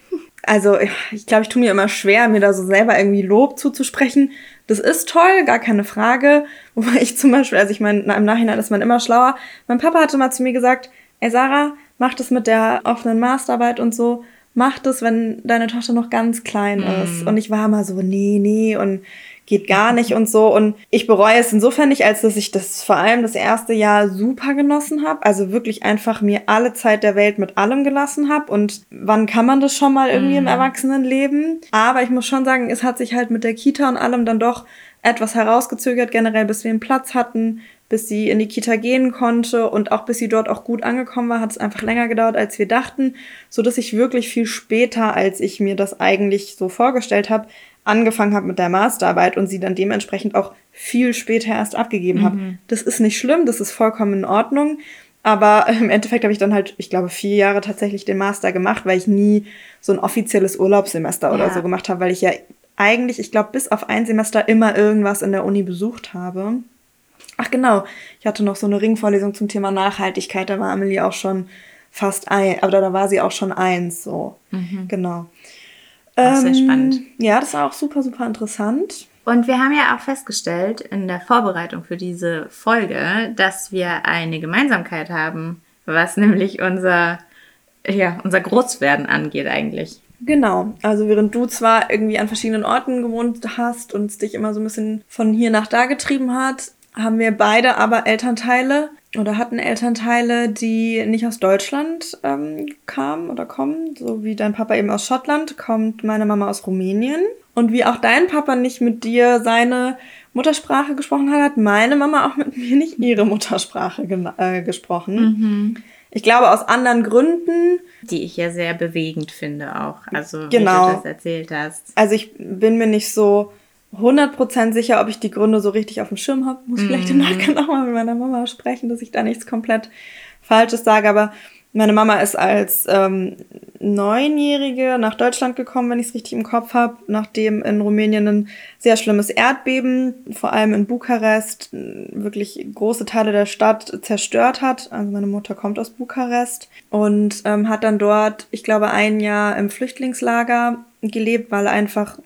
Also ich glaube, ich tue mir immer schwer, mir da so selber irgendwie Lob zuzusprechen. Das ist toll, gar keine Frage. Wobei ich zum Beispiel, also ich meine, im Nachhinein ist man immer schlauer. Mein Papa hatte mal zu mir gesagt, ey Sarah, mach das mit der offenen Masterarbeit und so. Mach das, wenn deine Tochter noch ganz klein ist. Mm. Und ich war mal so, nee, nee und geht gar nicht und so. Und ich bereue es insofern nicht, als dass ich das vor allem das erste Jahr super genossen habe. Also wirklich einfach mir alle Zeit der Welt mit allem gelassen habe. Und wann kann man das schon mal irgendwie mm. im Erwachsenenleben? Aber ich muss schon sagen, es hat sich halt mit der Kita und allem dann doch etwas herausgezögert, generell bis wir einen Platz hatten, bis sie in die Kita gehen konnte und auch bis sie dort auch gut angekommen war, hat es einfach länger gedauert, als wir dachten, so dass ich wirklich viel später, als ich mir das eigentlich so vorgestellt habe, angefangen habe mit der Masterarbeit und sie dann dementsprechend auch viel später erst abgegeben habe. Mhm. Das ist nicht schlimm, das ist vollkommen in Ordnung, aber im Endeffekt habe ich dann halt, ich glaube, vier Jahre tatsächlich den Master gemacht, weil ich nie so ein offizielles Urlaubssemester oder ja. so gemacht habe, weil ich ja eigentlich, ich glaube, bis auf ein Semester immer irgendwas in der Uni besucht habe. Ach genau, ich hatte noch so eine Ringvorlesung zum Thema Nachhaltigkeit, da war Amelie auch schon fast ein, aber da war sie auch schon eins, so, mhm. genau. Auch sehr ähm, spannend. Ja, das war auch super, super interessant. Und wir haben ja auch festgestellt in der Vorbereitung für diese Folge, dass wir eine Gemeinsamkeit haben, was nämlich unser, ja, unser Großwerden angeht eigentlich. Genau, also während du zwar irgendwie an verschiedenen Orten gewohnt hast und es dich immer so ein bisschen von hier nach da getrieben hat, haben wir beide aber Elternteile oder hatten Elternteile, die nicht aus Deutschland ähm, kamen oder kommen. So wie dein Papa eben aus Schottland, kommt meine Mama aus Rumänien. Und wie auch dein Papa nicht mit dir seine Muttersprache gesprochen hat, hat meine Mama auch mit mir nicht ihre Muttersprache ge- äh, gesprochen. Mhm. Ich glaube aus anderen Gründen. Die ich ja sehr bewegend finde auch, also genau. wie du das erzählt hast. Also ich bin mir nicht so hundert Prozent sicher, ob ich die Gründe so richtig auf dem Schirm habe. Muss mm. vielleicht im Nachgang auch mal mit meiner Mama sprechen, dass ich da nichts komplett Falsches sage. Aber meine Mama ist als ähm, Neunjährige nach Deutschland gekommen, wenn ich es richtig im Kopf habe, nachdem in Rumänien ein sehr schlimmes Erdbeben, vor allem in Bukarest, wirklich große Teile der Stadt zerstört hat. Also meine Mutter kommt aus Bukarest und ähm, hat dann dort, ich glaube, ein Jahr im Flüchtlingslager gelebt, weil einfach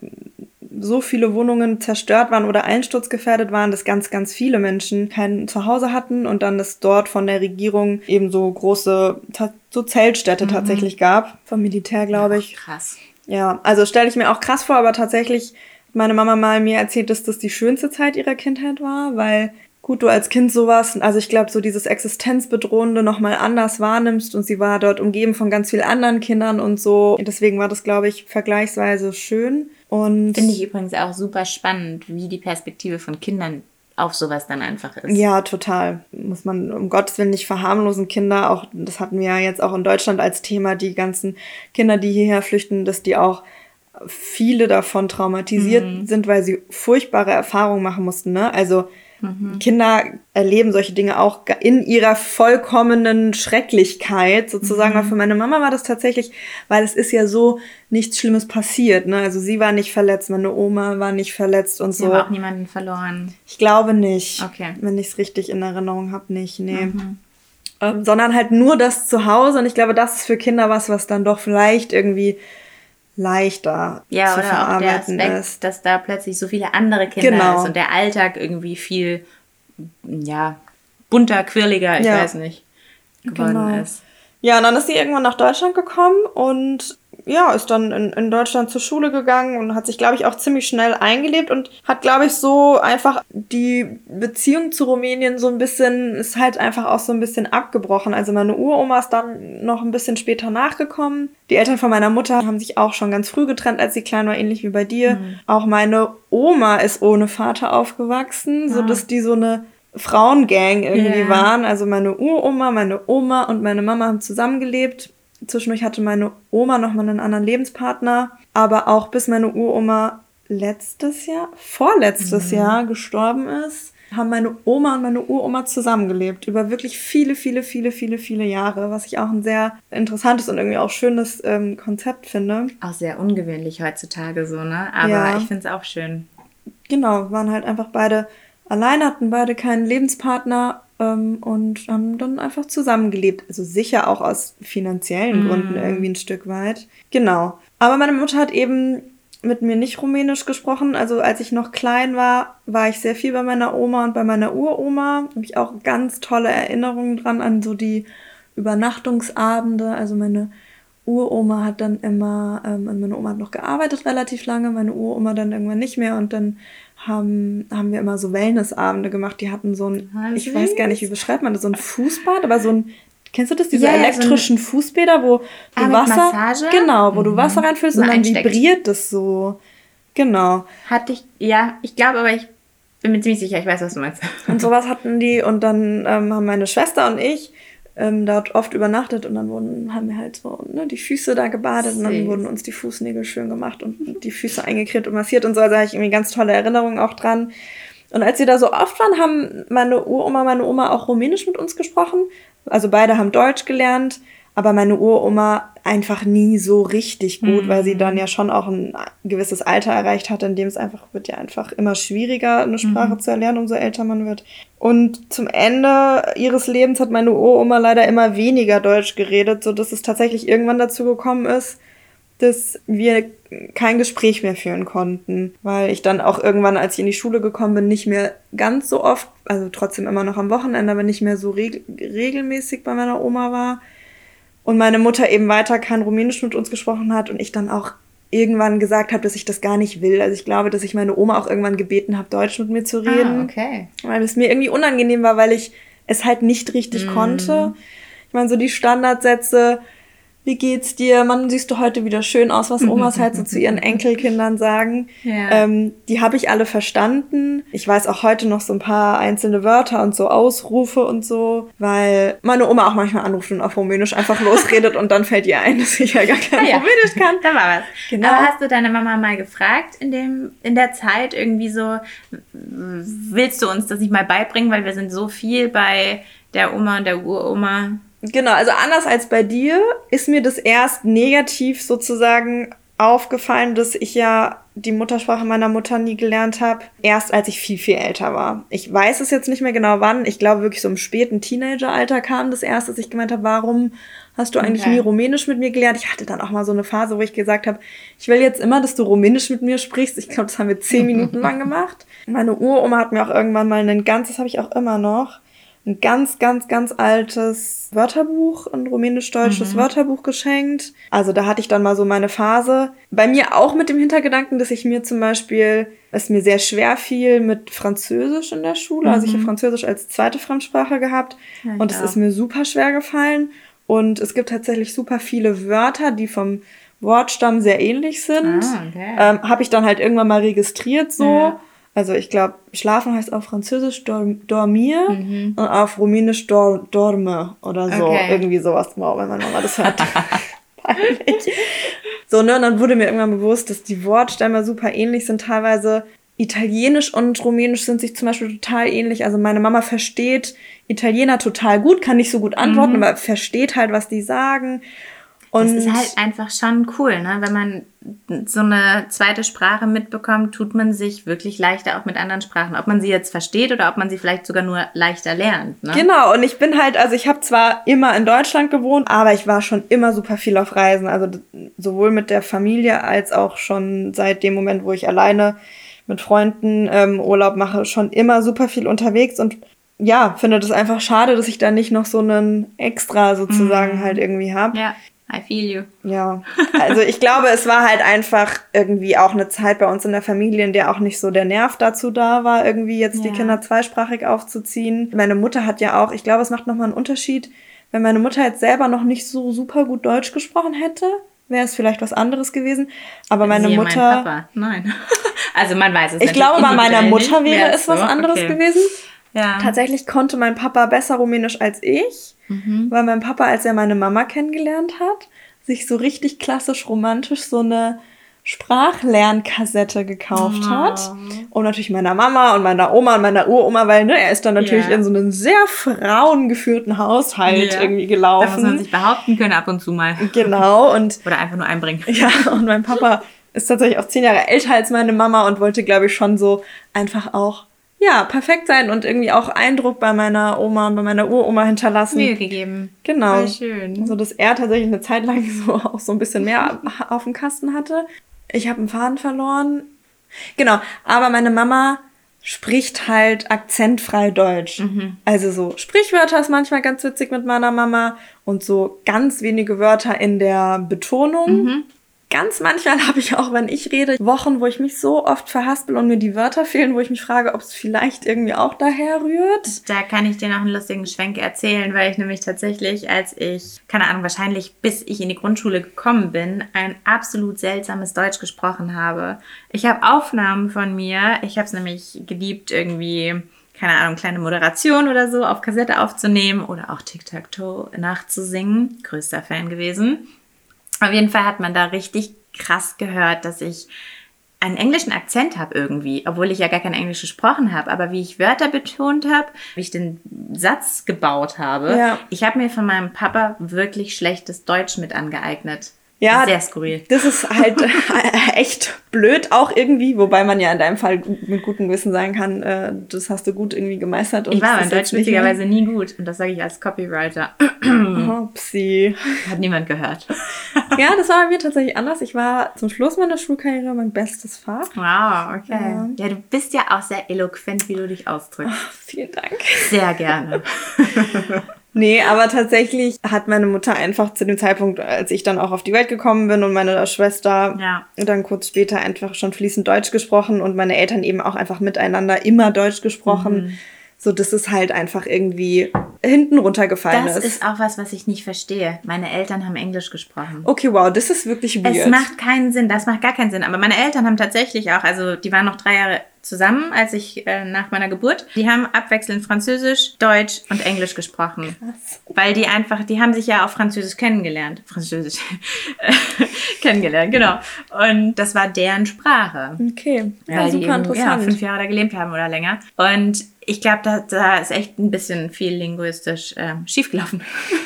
so viele Wohnungen zerstört waren oder einsturzgefährdet waren, dass ganz, ganz viele Menschen kein Zuhause hatten und dann es dort von der Regierung eben so große, so Zeltstädte mhm. tatsächlich gab. Vom Militär, glaube ich. Ach, krass. Ja, also stelle ich mir auch krass vor, aber tatsächlich hat meine Mama mal mir erzählt, dass das die schönste Zeit ihrer Kindheit war, weil gut, du als Kind sowas, also ich glaube, so dieses Existenzbedrohende nochmal anders wahrnimmst und sie war dort umgeben von ganz vielen anderen Kindern und so. Deswegen war das, glaube ich, vergleichsweise schön. Und finde ich übrigens auch super spannend, wie die Perspektive von Kindern auf sowas dann einfach ist. Ja, total. Muss man um Gottes Willen nicht verharmlosen. Kinder, auch das hatten wir ja jetzt auch in Deutschland als Thema, die ganzen Kinder, die hierher flüchten, dass die auch viele davon traumatisiert mhm. sind, weil sie furchtbare Erfahrungen machen mussten, ne? Also mhm. Kinder erleben solche Dinge auch in ihrer vollkommenen Schrecklichkeit sozusagen. Mhm. Aber für meine Mama war das tatsächlich, weil es ist ja so nichts Schlimmes passiert, ne? Also sie war nicht verletzt, meine Oma war nicht verletzt und sie so. Sie haben auch niemanden verloren. Ich glaube nicht. Okay. Wenn ich es richtig in Erinnerung habe, nicht, nee. Mhm. Ähm, sondern halt nur das Zuhause und ich glaube, das ist für Kinder was, was dann doch vielleicht irgendwie leichter ja, zu oder verarbeiten auch der Aspekt, ist. dass da plötzlich so viele andere Kinder genau. ist und der Alltag irgendwie viel, ja, bunter, quirliger, ich ja. weiß nicht, geworden genau. ist. Ja, und dann ist sie irgendwann nach Deutschland gekommen und ja, ist dann in, in Deutschland zur Schule gegangen und hat sich, glaube ich, auch ziemlich schnell eingelebt und hat, glaube ich, so einfach die Beziehung zu Rumänien so ein bisschen, ist halt einfach auch so ein bisschen abgebrochen. Also meine Uroma ist dann noch ein bisschen später nachgekommen. Die Eltern von meiner Mutter haben sich auch schon ganz früh getrennt, als sie klein war, ähnlich wie bei dir. Mhm. Auch meine Oma ist ohne Vater aufgewachsen, ja. sodass die so eine Frauengang irgendwie yeah. waren. Also meine Uroma, meine Oma und meine Mama haben zusammengelebt. Zwischendurch hatte meine Oma nochmal einen anderen Lebenspartner, aber auch bis meine Uroma letztes Jahr, vorletztes mhm. Jahr gestorben ist, haben meine Oma und meine Uroma zusammengelebt. Über wirklich viele, viele, viele, viele, viele Jahre. Was ich auch ein sehr interessantes und irgendwie auch schönes ähm, Konzept finde. Auch sehr ungewöhnlich heutzutage so, ne? Aber Ja. ich finde es auch schön. Genau, waren halt einfach beide alleine, hatten beide keinen Lebenspartner ähm, und haben dann einfach zusammengelebt. Also sicher auch aus finanziellen Mm. Gründen irgendwie ein Stück weit. Genau. Aber meine Mutter hat eben mit mir nicht Rumänisch gesprochen. Also als ich noch klein war, war ich sehr viel bei meiner Oma und bei meiner Uroma. Habe ich auch ganz tolle Erinnerungen dran an so die Übernachtungsabende. Also meine Uroma hat dann immer, ähm, meine Oma hat noch gearbeitet relativ lange, meine Uroma dann irgendwann nicht mehr und dann haben, haben wir immer so Wellnessabende gemacht. Die hatten so ein, Ah, ich süß. weiß gar nicht, wie beschreibt man das, so ein Fußbad, aber so ein, kennst du das, diese Ja, ja, so elektrischen Fußbäder, wo du Ah, mit Wasser, Massage? genau, wo du Wasser reinfüllst Mal und dann einsteckt. vibriert das so. Genau. Hatte ich, ja, ich glaube, aber ich bin mir ziemlich sicher, ich weiß, was du meinst. Und sowas hatten die und dann ähm, haben meine Schwester und ich ähm, dort oft übernachtet und dann wurden, haben wir halt so ne, die Füße da gebadet und dann Süß. wurden uns die Fußnägel schön gemacht und die Füße eingecremt und massiert und so. Also da habe ich irgendwie ganz tolle Erinnerungen auch dran. Und als wir da so oft waren, haben meine Uroma, meine Oma auch Rumänisch mit uns gesprochen. Also beide haben Deutsch gelernt, aber meine Uroma einfach nie so richtig gut, weil sie dann ja schon auch ein gewisses Alter erreicht hatte, in dem es einfach wird ja einfach immer schwieriger, eine Sprache zu erlernen, umso älter man wird. Und zum Ende ihres Lebens hat meine Uroma leider immer weniger Deutsch geredet, sodass es tatsächlich irgendwann dazu gekommen ist, dass wir kein Gespräch mehr führen konnten, weil ich dann auch irgendwann, als ich in die Schule gekommen bin, nicht mehr ganz so oft, also trotzdem immer noch am Wochenende, aber nicht mehr so reg- regelmäßig bei meiner Oma war. Und meine Mutter eben weiter kein Rumänisch mit uns gesprochen hat und ich dann auch irgendwann gesagt habe, dass ich das gar nicht will. Also ich glaube, dass ich meine Oma auch irgendwann gebeten habe, Deutsch mit mir zu reden. Ah, okay. Weil es mir irgendwie unangenehm war, weil ich es halt nicht richtig Mm. konnte. Ich meine, so die Standardsätze, wie geht's dir? Mann, siehst du heute wieder schön aus, was Omas halt so zu ihren Enkelkindern sagen. Ja. Ähm, die habe ich alle verstanden. Ich weiß auch heute noch so ein paar einzelne Wörter und so Ausrufe und so, weil meine Oma auch manchmal anruft und auf Rumänisch einfach losredet und dann fällt ihr ein, dass ich ja gar kein Ah ja. Rumänisch kann. Da war was. Genau. Aber hast du deine Mama mal gefragt in dem in der Zeit irgendwie so, willst du uns das nicht mal beibringen, weil wir sind so viel bei der Oma und der Uroma. Genau, also anders als bei dir ist mir das erst negativ sozusagen aufgefallen, dass ich ja die Muttersprache meiner Mutter nie gelernt habe, erst als ich viel, viel älter war. Ich weiß es jetzt nicht mehr genau wann. Ich glaube wirklich so im späten Teenageralter kam das erst, dass ich gemeint habe, warum hast du eigentlich Okay. nie Rumänisch mit mir gelernt? Ich hatte dann auch mal so eine Phase, wo ich gesagt habe, ich will jetzt immer, dass du Rumänisch mit mir sprichst. Ich glaube, das haben wir zehn Minuten lang gemacht. Meine Uroma hat mir auch irgendwann mal ein ganzes, habe ich auch immer noch, ein ganz, ganz, ganz altes Wörterbuch, ein rumänisch-deutsches Mhm. Wörterbuch geschenkt. Also da hatte ich dann mal so meine Phase. Bei mir auch mit dem Hintergedanken, dass ich mir zum Beispiel, es mir sehr schwer fiel mit Französisch in der Schule. Also ich habe Französisch als zweite Fremdsprache gehabt Ja, ich und es auch. ist mir super schwer gefallen. Und es gibt tatsächlich super viele Wörter, die vom Wortstamm sehr ähnlich sind. Ah, okay. Ähm, habe ich dann halt irgendwann mal registriert so. Ja. Also ich glaube, schlafen heißt auf Französisch dorm, dormir Mhm. und auf Rumänisch dor, dorme oder so. Okay. Irgendwie sowas. Wow, wenn meine Mama das hört. Peinlich. So, ne, und dann wurde mir irgendwann bewusst, dass die Wortstämme super ähnlich sind. Teilweise Italienisch und Rumänisch sind sich zum Beispiel total ähnlich. Also meine Mama versteht Italiener total gut, kann nicht so gut antworten, Mhm. aber versteht halt, was die sagen. Und Das ist halt einfach schon cool, ne? Wenn man so eine zweite Sprache mitbekommt, tut man sich wirklich leichter auch mit anderen Sprachen. Ob man sie jetzt versteht oder ob man sie vielleicht sogar nur leichter lernt, ne? Genau, und ich bin halt, also ich habe zwar immer in Deutschland gewohnt, aber ich war schon immer super viel auf Reisen. Also d- sowohl mit der Familie als auch schon seit dem Moment, wo ich alleine mit Freunden ähm, Urlaub mache, schon immer super viel unterwegs und ja, finde das einfach schade, dass ich da nicht noch so einen Extra sozusagen Mhm. halt irgendwie habe. Ja, I feel you. Ja, also ich glaube, es war halt einfach irgendwie auch eine Zeit bei uns in der Familie, in der auch nicht so der Nerv dazu da war, irgendwie jetzt die Ja. Kinder zweisprachig aufzuziehen. Meine Mutter hat ja auch, ich glaube, es macht nochmal einen Unterschied, wenn meine Mutter jetzt selber noch nicht so super gut Deutsch gesprochen hätte, wäre es vielleicht was anderes gewesen. Aber meine Siehe Mutter, Mein Papa. Nein. Also man weiß es ich glaube, bei meiner Mutter wäre wäre es was anderes gewesen. Ja. Tatsächlich konnte mein Papa besser Rumänisch als ich, Mhm. weil mein Papa, als er meine Mama kennengelernt hat, sich so richtig klassisch romantisch so eine Sprachlernkassette gekauft oh. hat. Und natürlich meiner Mama und meiner Oma und meiner Uroma, weil ne, er ist dann natürlich yeah. in so einen sehr frauengeführten Haushalt yeah. irgendwie gelaufen. Da muss man sich behaupten können ab und zu mal. Genau. Und oder einfach nur einbringen. Ja, und mein Papa ist tatsächlich auch zehn Jahre älter als meine Mama und wollte, glaube ich, schon so einfach auch ja, perfekt sein und irgendwie auch Eindruck bei meiner Oma und bei meiner Uroma hinterlassen. Mühe gegeben. Genau. Voll schön. So, dass er tatsächlich eine Zeit lang so auch so ein bisschen mehr auf dem Kasten hatte. Ich habe einen Faden verloren. Genau, aber meine Mama spricht halt akzentfrei Deutsch. Mhm. Also so Sprichwörter ist manchmal ganz witzig mit meiner Mama und so ganz wenige Wörter in der Betonung. Mhm. Ganz manchmal habe ich auch, wenn ich rede, Wochen, wo ich mich so oft verhaspel und mir die Wörter fehlen, wo ich mich frage, ob es vielleicht irgendwie auch daher rührt. Da kann ich dir noch einen lustigen Schwenk erzählen, weil ich nämlich tatsächlich, als ich, keine Ahnung, wahrscheinlich bis ich in die Grundschule gekommen bin, ein absolut seltsames Deutsch gesprochen habe. Ich habe Aufnahmen von mir, ich habe es nämlich geliebt, irgendwie, keine Ahnung, kleine Moderation oder so auf Kassette aufzunehmen oder auch Tic-Tac-Toe nachzusingen. Größter Fan gewesen. Auf jeden Fall hat man da richtig krass gehört, dass ich einen englischen Akzent habe irgendwie, obwohl ich ja gar kein Englisch gesprochen habe. Aber wie ich Wörter betont habe, wie ich den Satz gebaut habe, ja. ich habe mir von meinem Papa wirklich schlechtes Deutsch mit angeeignet. Ja, sehr skurril. Das ist halt echt blöd auch irgendwie, wobei man ja in deinem Fall mit gutem Gewissen sagen kann, äh, das hast du gut irgendwie gemeistert. Und ich war aber in Deutsch witzigerweise nie gut und das sage ich als Copywriter. Upsi. Hat niemand gehört. Ja, das war bei mir tatsächlich anders. Ich war zum Schluss meiner Schulkarriere mein bestes Fach. Wow, okay. Ja, ja du bist ja auch sehr eloquent, wie du dich ausdrückst. Oh, vielen Dank. Sehr gerne. Nee, aber tatsächlich hat meine Mutter einfach zu dem Zeitpunkt, als ich dann auch auf die Welt gekommen bin und meine Schwester ja. dann kurz später einfach schon fließend Deutsch gesprochen und meine Eltern eben auch einfach miteinander immer Deutsch gesprochen. Mhm. So, dass es halt einfach irgendwie hinten runtergefallen ist. Das ist auch was, was ich nicht verstehe. Meine Eltern haben Englisch gesprochen. Okay, wow, das ist wirklich weird. Es macht keinen Sinn, das macht gar keinen Sinn. Aber meine Eltern haben tatsächlich auch, also die waren noch drei Jahre zusammen, als ich äh, nach meiner Geburt, die haben abwechselnd Französisch, Deutsch und Englisch gesprochen. Krass. Weil die einfach, die haben sich ja auf Französisch kennengelernt. Französisch kennengelernt, genau. Und das war deren Sprache. Okay, ja, ja, super eben, interessant. Ja, fünf Jahre da gelebt haben oder länger. Und ich glaube, da, da ist echt ein bisschen viel linguistisch äh, schiefgelaufen.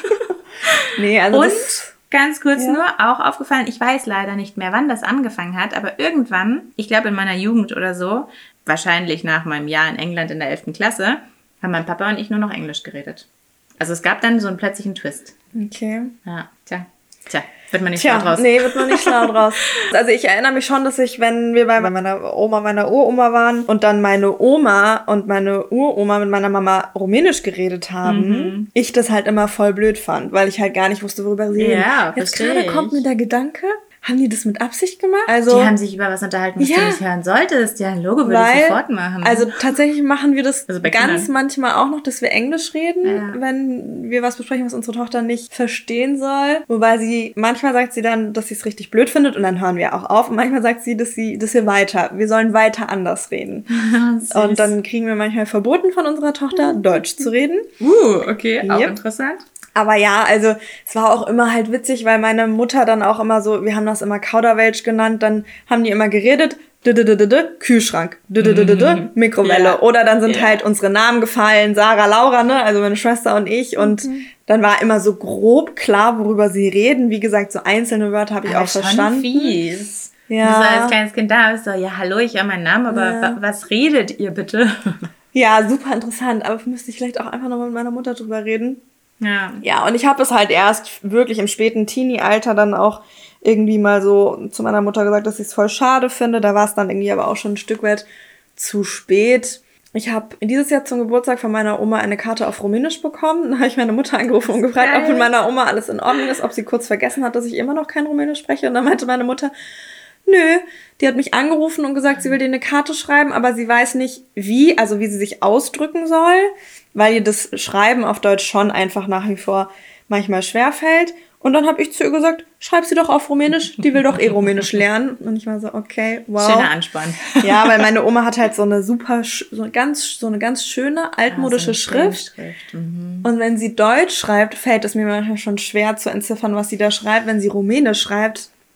Nee, also und das, ganz kurz ja. nur, auch aufgefallen, ich weiß leider nicht mehr, wann das angefangen hat, aber irgendwann, ich glaube in meiner Jugend oder so, wahrscheinlich nach meinem Jahr in England in der elften Klasse, haben mein Papa und ich nur noch Englisch geredet. Also es gab dann so einen plötzlichen Twist. Okay. Ja, tja. Tja, wird man nicht Tja, schlau draus. Nee, wird man nicht schlau draus. Also ich erinnere mich schon, dass ich, wenn wir bei meiner Oma, meiner Uroma waren und dann meine Oma und meine Uroma mit meiner Mama Rumänisch geredet haben, mhm. ich das halt immer voll blöd fand, weil ich halt gar nicht wusste, worüber sie reden. Ja, jetzt gerade kommt mir der Gedanke, haben die das mit Absicht gemacht? Also, die haben sich über was unterhalten, was ja, du nicht hören solltest. Ja, ein Logo würde weil, ich sofort machen. Also tatsächlich machen wir das also ganz Kindern. manchmal auch noch, dass wir Englisch reden, ja. wenn wir was besprechen, was unsere Tochter nicht verstehen soll. Wobei sie, manchmal sagt sie dann, dass sie es richtig blöd findet und dann hören wir auch auf. Und manchmal sagt sie, dass sie, dass wir weiter, wir sollen weiter anders reden. Und dann kriegen wir manchmal verboten von unserer Tochter, Deutsch zu reden. Uh, okay, auch yep. interessant. Aber ja, also es war auch immer halt witzig, weil meine Mutter dann auch immer so, wir haben das immer Kauderwelsch genannt, dann haben die immer geredet, Kühlschrank, Mikrowelle. Ja. Oder dann sind ja. halt unsere Namen gefallen, Sarah, Laura, ne, also meine Schwester und ich. Und mhm. dann war immer so grob klar, worüber sie reden. Wie gesagt, so einzelne Wörter habe ich aber auch schon verstanden. Fies. Ja. Du so als kleines Kind da bist so, ja, hallo, ich höre meinen Namen, aber ja. wa- was redet ihr bitte? Ja, super interessant, aber müsste ich vielleicht auch einfach noch mit meiner Mutter drüber reden. Ja. Ja, und ich habe es halt erst wirklich im späten Teenie-Alter dann auch irgendwie mal so zu meiner Mutter gesagt, dass ich es voll schade finde. Da war es dann irgendwie aber auch schon ein Stück weit zu spät. Ich habe dieses Jahr zum Geburtstag von meiner Oma eine Karte auf Rumänisch bekommen. Da habe ich meine Mutter angerufen und gefragt, geil. ob mit meiner Oma alles in Ordnung ist, ob sie kurz vergessen hat, dass ich immer noch kein Rumänisch spreche. Und dann meinte meine Mutter, nö, die hat mich angerufen und gesagt, sie will dir eine Karte schreiben, aber sie weiß nicht wie, also wie sie sich ausdrücken soll, weil ihr das Schreiben auf Deutsch schon einfach nach wie vor manchmal schwerfällt. Und dann habe ich zu ihr gesagt, schreib sie doch auf Rumänisch, die will doch eh Rumänisch lernen. Und ich war so, okay, wow. Schöner Anspann. Ja, weil meine Oma hat halt so eine super, so eine ganz, so eine ganz schöne altmodische ah, so Schrift. Schrift. Mhm. Und wenn sie Deutsch schreibt, fällt es mir manchmal schon schwer zu entziffern, was sie da schreibt. Wenn sie Rumänisch schreibt,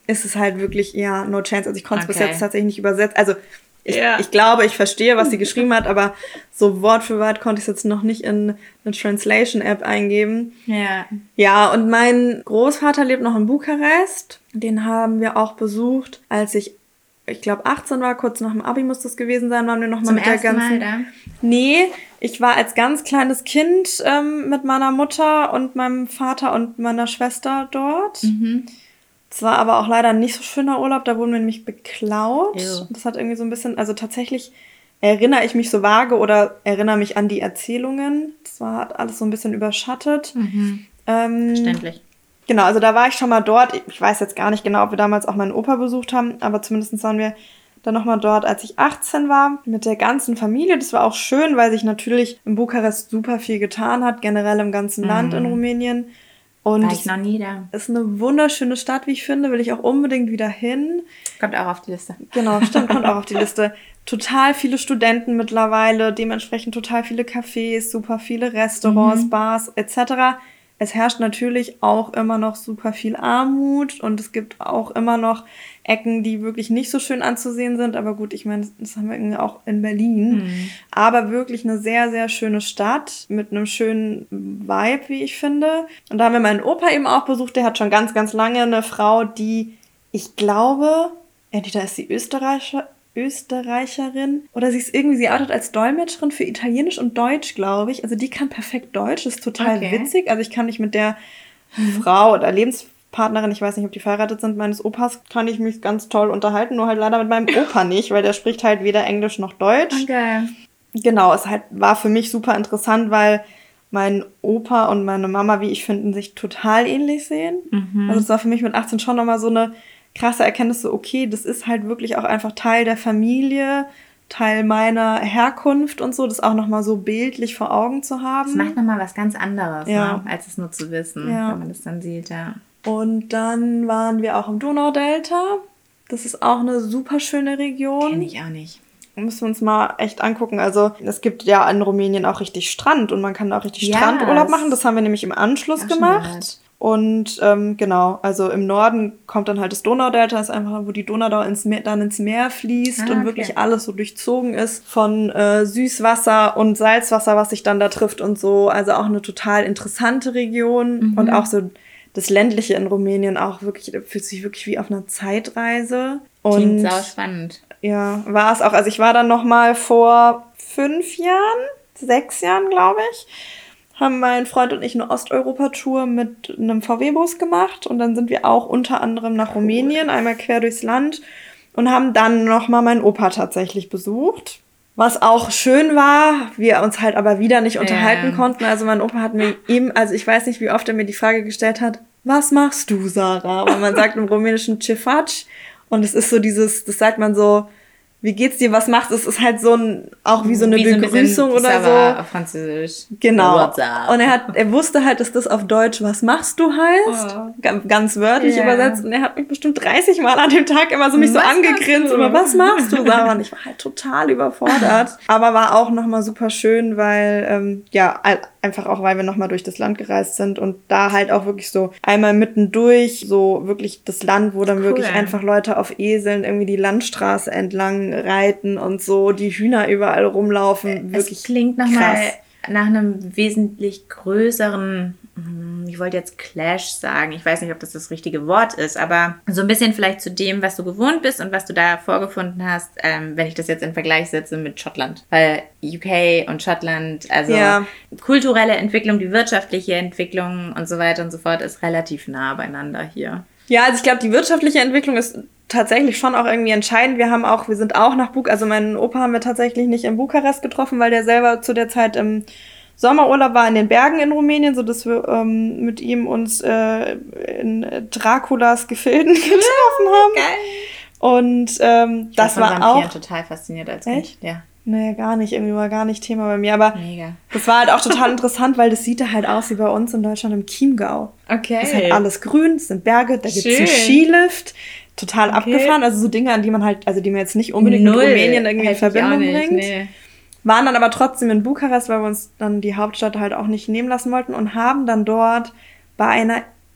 ist es halt wirklich, ja, no chance. Also ich konnte es Okay. bis jetzt tatsächlich nicht übersetzen. Also ich, Ja. ich glaube, ich verstehe, was sie geschrieben hat, aber so Wort für Wort konnte ich es jetzt noch nicht in eine Translation-App eingeben. Ja. Ja, und mein Großvater lebt noch in Bukarest. Den haben wir auch besucht, als ich, ich glaube, achtzehn war, kurz nach dem Abi muss das gewesen sein, waren wir nochmal Zum mit der ersten ganzen... Mal da? Nee, ich war als ganz kleines Kind ähm, mit meiner Mutter und meinem Vater und meiner Schwester dort. Mhm. Es war aber auch leider nicht so schöner Urlaub, da wurden wir nämlich beklaut. Ew. Das hat irgendwie so ein bisschen, also tatsächlich erinnere ich mich so vage oder erinnere mich an die Erzählungen. Das war hat alles so ein bisschen überschattet. Mhm. Ähm, Verständlich. Genau, also da war ich schon mal dort. Ich weiß jetzt gar nicht genau, ob wir damals auch meinen Opa besucht haben, aber zumindest waren wir dann nochmal dort, als ich achtzehn war, mit der ganzen Familie. Das war auch schön, weil sich natürlich in Bukarest super viel getan hat, generell im ganzen Land in Rumänien. Und War ich noch nie da. es ist eine wunderschöne Stadt, wie ich finde, will ich auch unbedingt wieder hin. Kommt auch auf die Liste. Genau, stimmt, kommt auch auf die Liste. Total viele Studenten mittlerweile, dementsprechend total viele Cafés, super viele Restaurants, Mhm. Bars et cetera. Es herrscht natürlich auch immer noch super viel Armut und es gibt auch immer noch Ecken, die wirklich nicht so schön anzusehen sind. Aber gut, ich meine, das haben wir irgendwie auch in Berlin. Mhm. Aber wirklich eine sehr, sehr schöne Stadt mit einem schönen Vibe, wie ich finde. Und da haben wir meinen Opa eben auch besucht. Der hat schon ganz, ganz lange eine Frau, die, ich glaube, entweder ist sie Österreicher, Österreicherin oder sie ist irgendwie, sie arbeitet als Dolmetscherin für Italienisch und Deutsch, glaube ich. Also die kann perfekt Deutsch, das ist total Okay. witzig. Also ich kann mich mit der Frau oder Lebenspartnerin, ich weiß nicht, ob die verheiratet sind, meines Opas, kann ich mich ganz toll unterhalten, nur halt leider mit meinem Opa nicht, weil der spricht halt weder Englisch noch Deutsch. Okay. Genau, es halt war für mich super interessant, weil mein Opa und meine Mama, wie ich finde, sich total ähnlich sehen. Mhm. Also es war für mich mit achtzehn schon nochmal so eine krasse Erkenntnis, so okay, das ist halt wirklich auch einfach Teil der Familie, Teil meiner Herkunft und so, das auch nochmal so bildlich vor Augen zu haben. Das macht nochmal was ganz anderes, Ja. ne? Als es nur zu wissen, Ja. wenn man das dann sieht, ja. Und dann waren wir auch im Donaudelta. Das ist auch eine super schöne Region. Kenn ich auch nicht. Müssen wir uns mal echt angucken. Also es gibt ja in Rumänien auch richtig Strand und man kann da auch richtig Ja, Strandurlaub das- machen. Das haben wir nämlich im Anschluss Auch schon gemacht. gehört. Und ähm, genau, also im Norden kommt dann halt das Donaudelta, ist einfach, wo die Donau da ins Meer, dann ins Meer fließt Ah, und okay. wirklich alles so durchzogen ist von äh, Süßwasser und Salzwasser, was sich dann da trifft und so. Also auch eine total interessante Region Mhm. und auch so das ländliche in Rumänien auch wirklich, fühlt sich wirklich wie auf einer Zeitreise. Klingt Und sau spannend. ja, war es auch. Also ich war dann noch mal vor fünf Jahren, sechs Jahren, glaube ich, haben mein Freund und ich eine Osteuropa-Tour mit einem V W-Bus gemacht und dann sind wir auch unter anderem nach Rumänien, einmal quer durchs Land und haben dann noch mal meinen Opa tatsächlich besucht. Was auch schön war, wir uns halt aber wieder nicht unterhalten Ja. konnten. Also mein Opa hat mir ihm, also ich weiß nicht, wie oft er mir die Frage gestellt hat, was machst du, Sarah? Weil man sagt im Rumänischen Cefaci und es ist so dieses, das sagt man so, wie geht's dir, was machst du? Es ist halt so ein, auch wie so eine Wie so ein bisschen Begrüßung oder Sauer so. auf Französisch. Genau. What's up? Und er hat, er wusste halt, dass das auf Deutsch was machst du heißt. Oh. Ga- Ganz wörtlich Ja. übersetzt. Und er hat mich bestimmt dreißig Mal an dem Tag immer so mich so Was machst angegrinst. du? Immer, was machst du, Sarah? Und ich war halt total überfordert. Aber war auch nochmal super schön, weil, ähm, ja, ein- einfach auch, weil wir nochmal durch das Land gereist sind und da halt auch wirklich so einmal mittendurch, so wirklich das Land, wo dann Cool. wirklich einfach Leute auf Eseln irgendwie die Landstraße entlang reiten und so die Hühner überall rumlaufen. Wirklich Es klingt nochmal krass. nach einem wesentlich größeren, hm, ich wollte jetzt Clash sagen, ich weiß nicht, ob das das richtige Wort ist, aber so ein bisschen vielleicht zu dem, was du gewohnt bist und was du da vorgefunden hast, ähm, wenn ich das jetzt in Vergleich setze mit Schottland. Weil U K und Schottland, also Ja. kulturelle Entwicklung, die wirtschaftliche Entwicklung und so weiter und so fort, ist relativ nah beieinander hier. Ja, also ich glaube, die wirtschaftliche Entwicklung ist tatsächlich schon auch irgendwie entscheidend. Wir haben auch, wir sind auch nach Buk, also meinen Opa haben wir tatsächlich nicht in Bukarest getroffen, weil der selber zu der Zeit im Sommerurlaub war in den Bergen in Rumänien, so dass wir ähm, mit ihm uns äh, in Draculas Gefilden getroffen haben. Geil. Und ähm, das ich war von war Vampiren auch, total fasziniert als Echt? Kind. Ja, nee, gar nicht, irgendwie war gar nicht Thema bei mir, aber mega. das war halt auch total interessant, weil das sieht da halt aus wie bei uns in Deutschland im Chiemgau. Okay. Es ist halt alles grün, es sind Berge, da gibt es Schön. einen Skilift. Total Okay. abgefahren. Also so Dinge, an die man halt, also die man jetzt nicht unbedingt Null. mit Rumänien irgendwie in Hätte ich auch Verbindung nicht, bringt. nee. Waren dann aber trotzdem in Bukarest, weil wir uns dann die Hauptstadt halt auch nicht nehmen lassen wollten und haben dann dort bei einer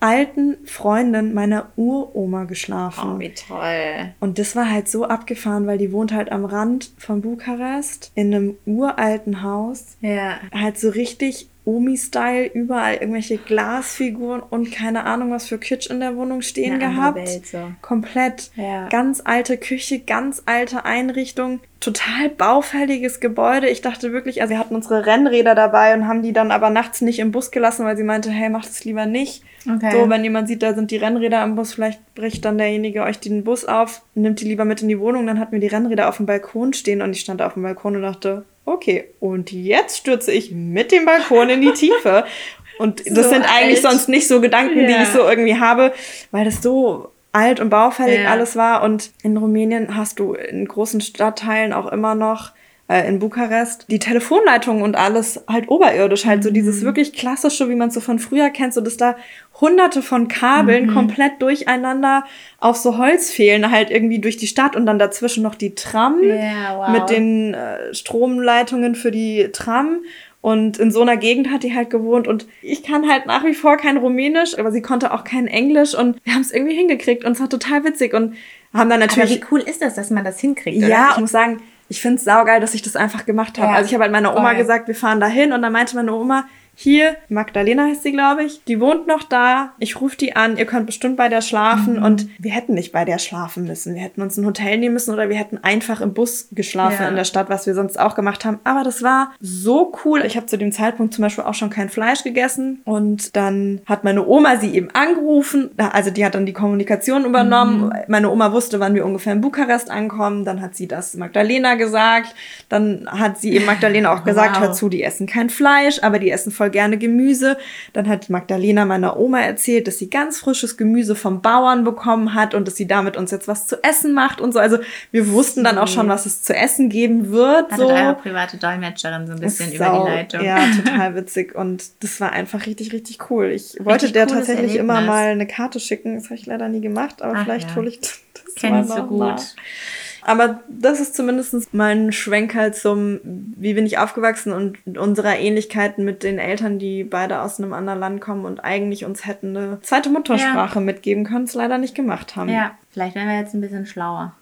alten Freundin meiner Uroma geschlafen. Oh, wie toll. Und das war halt so abgefahren, weil die wohnt halt am Rand von Bukarest in einem uralten Haus. Ja. Halt so richtig Omi-Style, überall irgendwelche Glasfiguren und keine Ahnung, was für Kitsch in der Wohnung stehen Eine andere gehabt. Welt, so. Komplett. Ja. Ganz alte Küche, ganz alte Einrichtung. Total baufälliges Gebäude. Ich dachte wirklich, also wir hatten unsere Rennräder dabei und haben die dann aber nachts nicht im Bus gelassen, weil sie meinte, hey, macht es lieber nicht. Okay. So, wenn jemand sieht, da sind die Rennräder am Bus, vielleicht bricht dann derjenige euch den Bus auf, nimmt die lieber mit in die Wohnung. Dann hatten wir die Rennräder auf dem Balkon stehen und ich stand da auf dem Balkon und dachte, okay, und jetzt stürze ich mit dem Balkon in die Tiefe. Und das So sind eigentlich alt. sonst nicht so Gedanken, die Ja. ich so irgendwie habe, weil das so alt und baufällig Ja. alles war. Und in Rumänien hast du in großen Stadtteilen auch immer noch, äh, in Bukarest, die Telefonleitungen und alles halt oberirdisch. Halt so dieses wirklich klassische, wie man es so von früher kennt, so dass da hunderte von Kabeln Mhm. komplett durcheinander auf so Holzpfählen halt irgendwie durch die Stadt und dann dazwischen noch die Tram Ja, wow. mit den äh, Stromleitungen für die Tram. Und in so einer Gegend hat die halt gewohnt und ich kann halt nach wie vor kein Rumänisch, aber sie konnte auch kein Englisch und wir haben es irgendwie hingekriegt und es war total witzig und haben dann Aber natürlich... wie cool ist das, dass man das hinkriegt, Ja, oder? ich muss sagen, ich finde es saugeil, dass ich das einfach gemacht habe. Ja, Also ich habe halt meiner Oma voll. gesagt, wir fahren da hin und dann meinte meine Oma, hier, Magdalena heißt sie, glaube ich, die wohnt noch da, ich rufe die an, ihr könnt bestimmt bei der schlafen Mhm. und wir hätten nicht bei der schlafen müssen. Wir hätten uns ein Hotel nehmen müssen oder wir hätten einfach im Bus geschlafen Ja. in der Stadt, was wir sonst auch gemacht haben. Aber das war so cool. Ich habe zu dem Zeitpunkt zum Beispiel auch schon kein Fleisch gegessen und dann hat meine Oma sie eben angerufen, also die hat dann die Kommunikation übernommen. Mhm. Meine Oma wusste, wann wir ungefähr in Bukarest ankommen, dann hat sie das Magdalena gesagt, dann hat sie eben Magdalena auch gesagt, Wow. hör zu, die essen kein Fleisch, aber die essen voll gerne Gemüse. Dann hat Magdalena meiner Oma erzählt, dass sie ganz frisches Gemüse vom Bauern bekommen hat und dass sie damit uns jetzt was zu essen macht und so. Also wir wussten dann auch schon, was es zu essen geben wird. Hattet So. eure private Dolmetscherin so ein bisschen über Sau, die Leitung. Ja, total witzig und das war einfach richtig, richtig cool. Ich wollte Richtig der cooles tatsächlich immer Erlebnis. mal eine Karte schicken. Das habe ich leider nie gemacht, aber Ach vielleicht ja. hole ich das Kenn mal ich so noch gut. nach. Aber das ist zumindest mein Schwenker zum, wie bin ich aufgewachsen und unserer Ähnlichkeiten mit den Eltern, die beide aus einem anderen Land kommen und eigentlich uns hätten eine zweite Muttersprache mitgeben können, es leider nicht gemacht haben. Ja, vielleicht wären wir jetzt ein bisschen schlauer.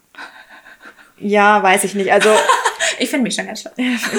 Ja, weiß ich nicht. Also Ich finde mich schon ganz schlau.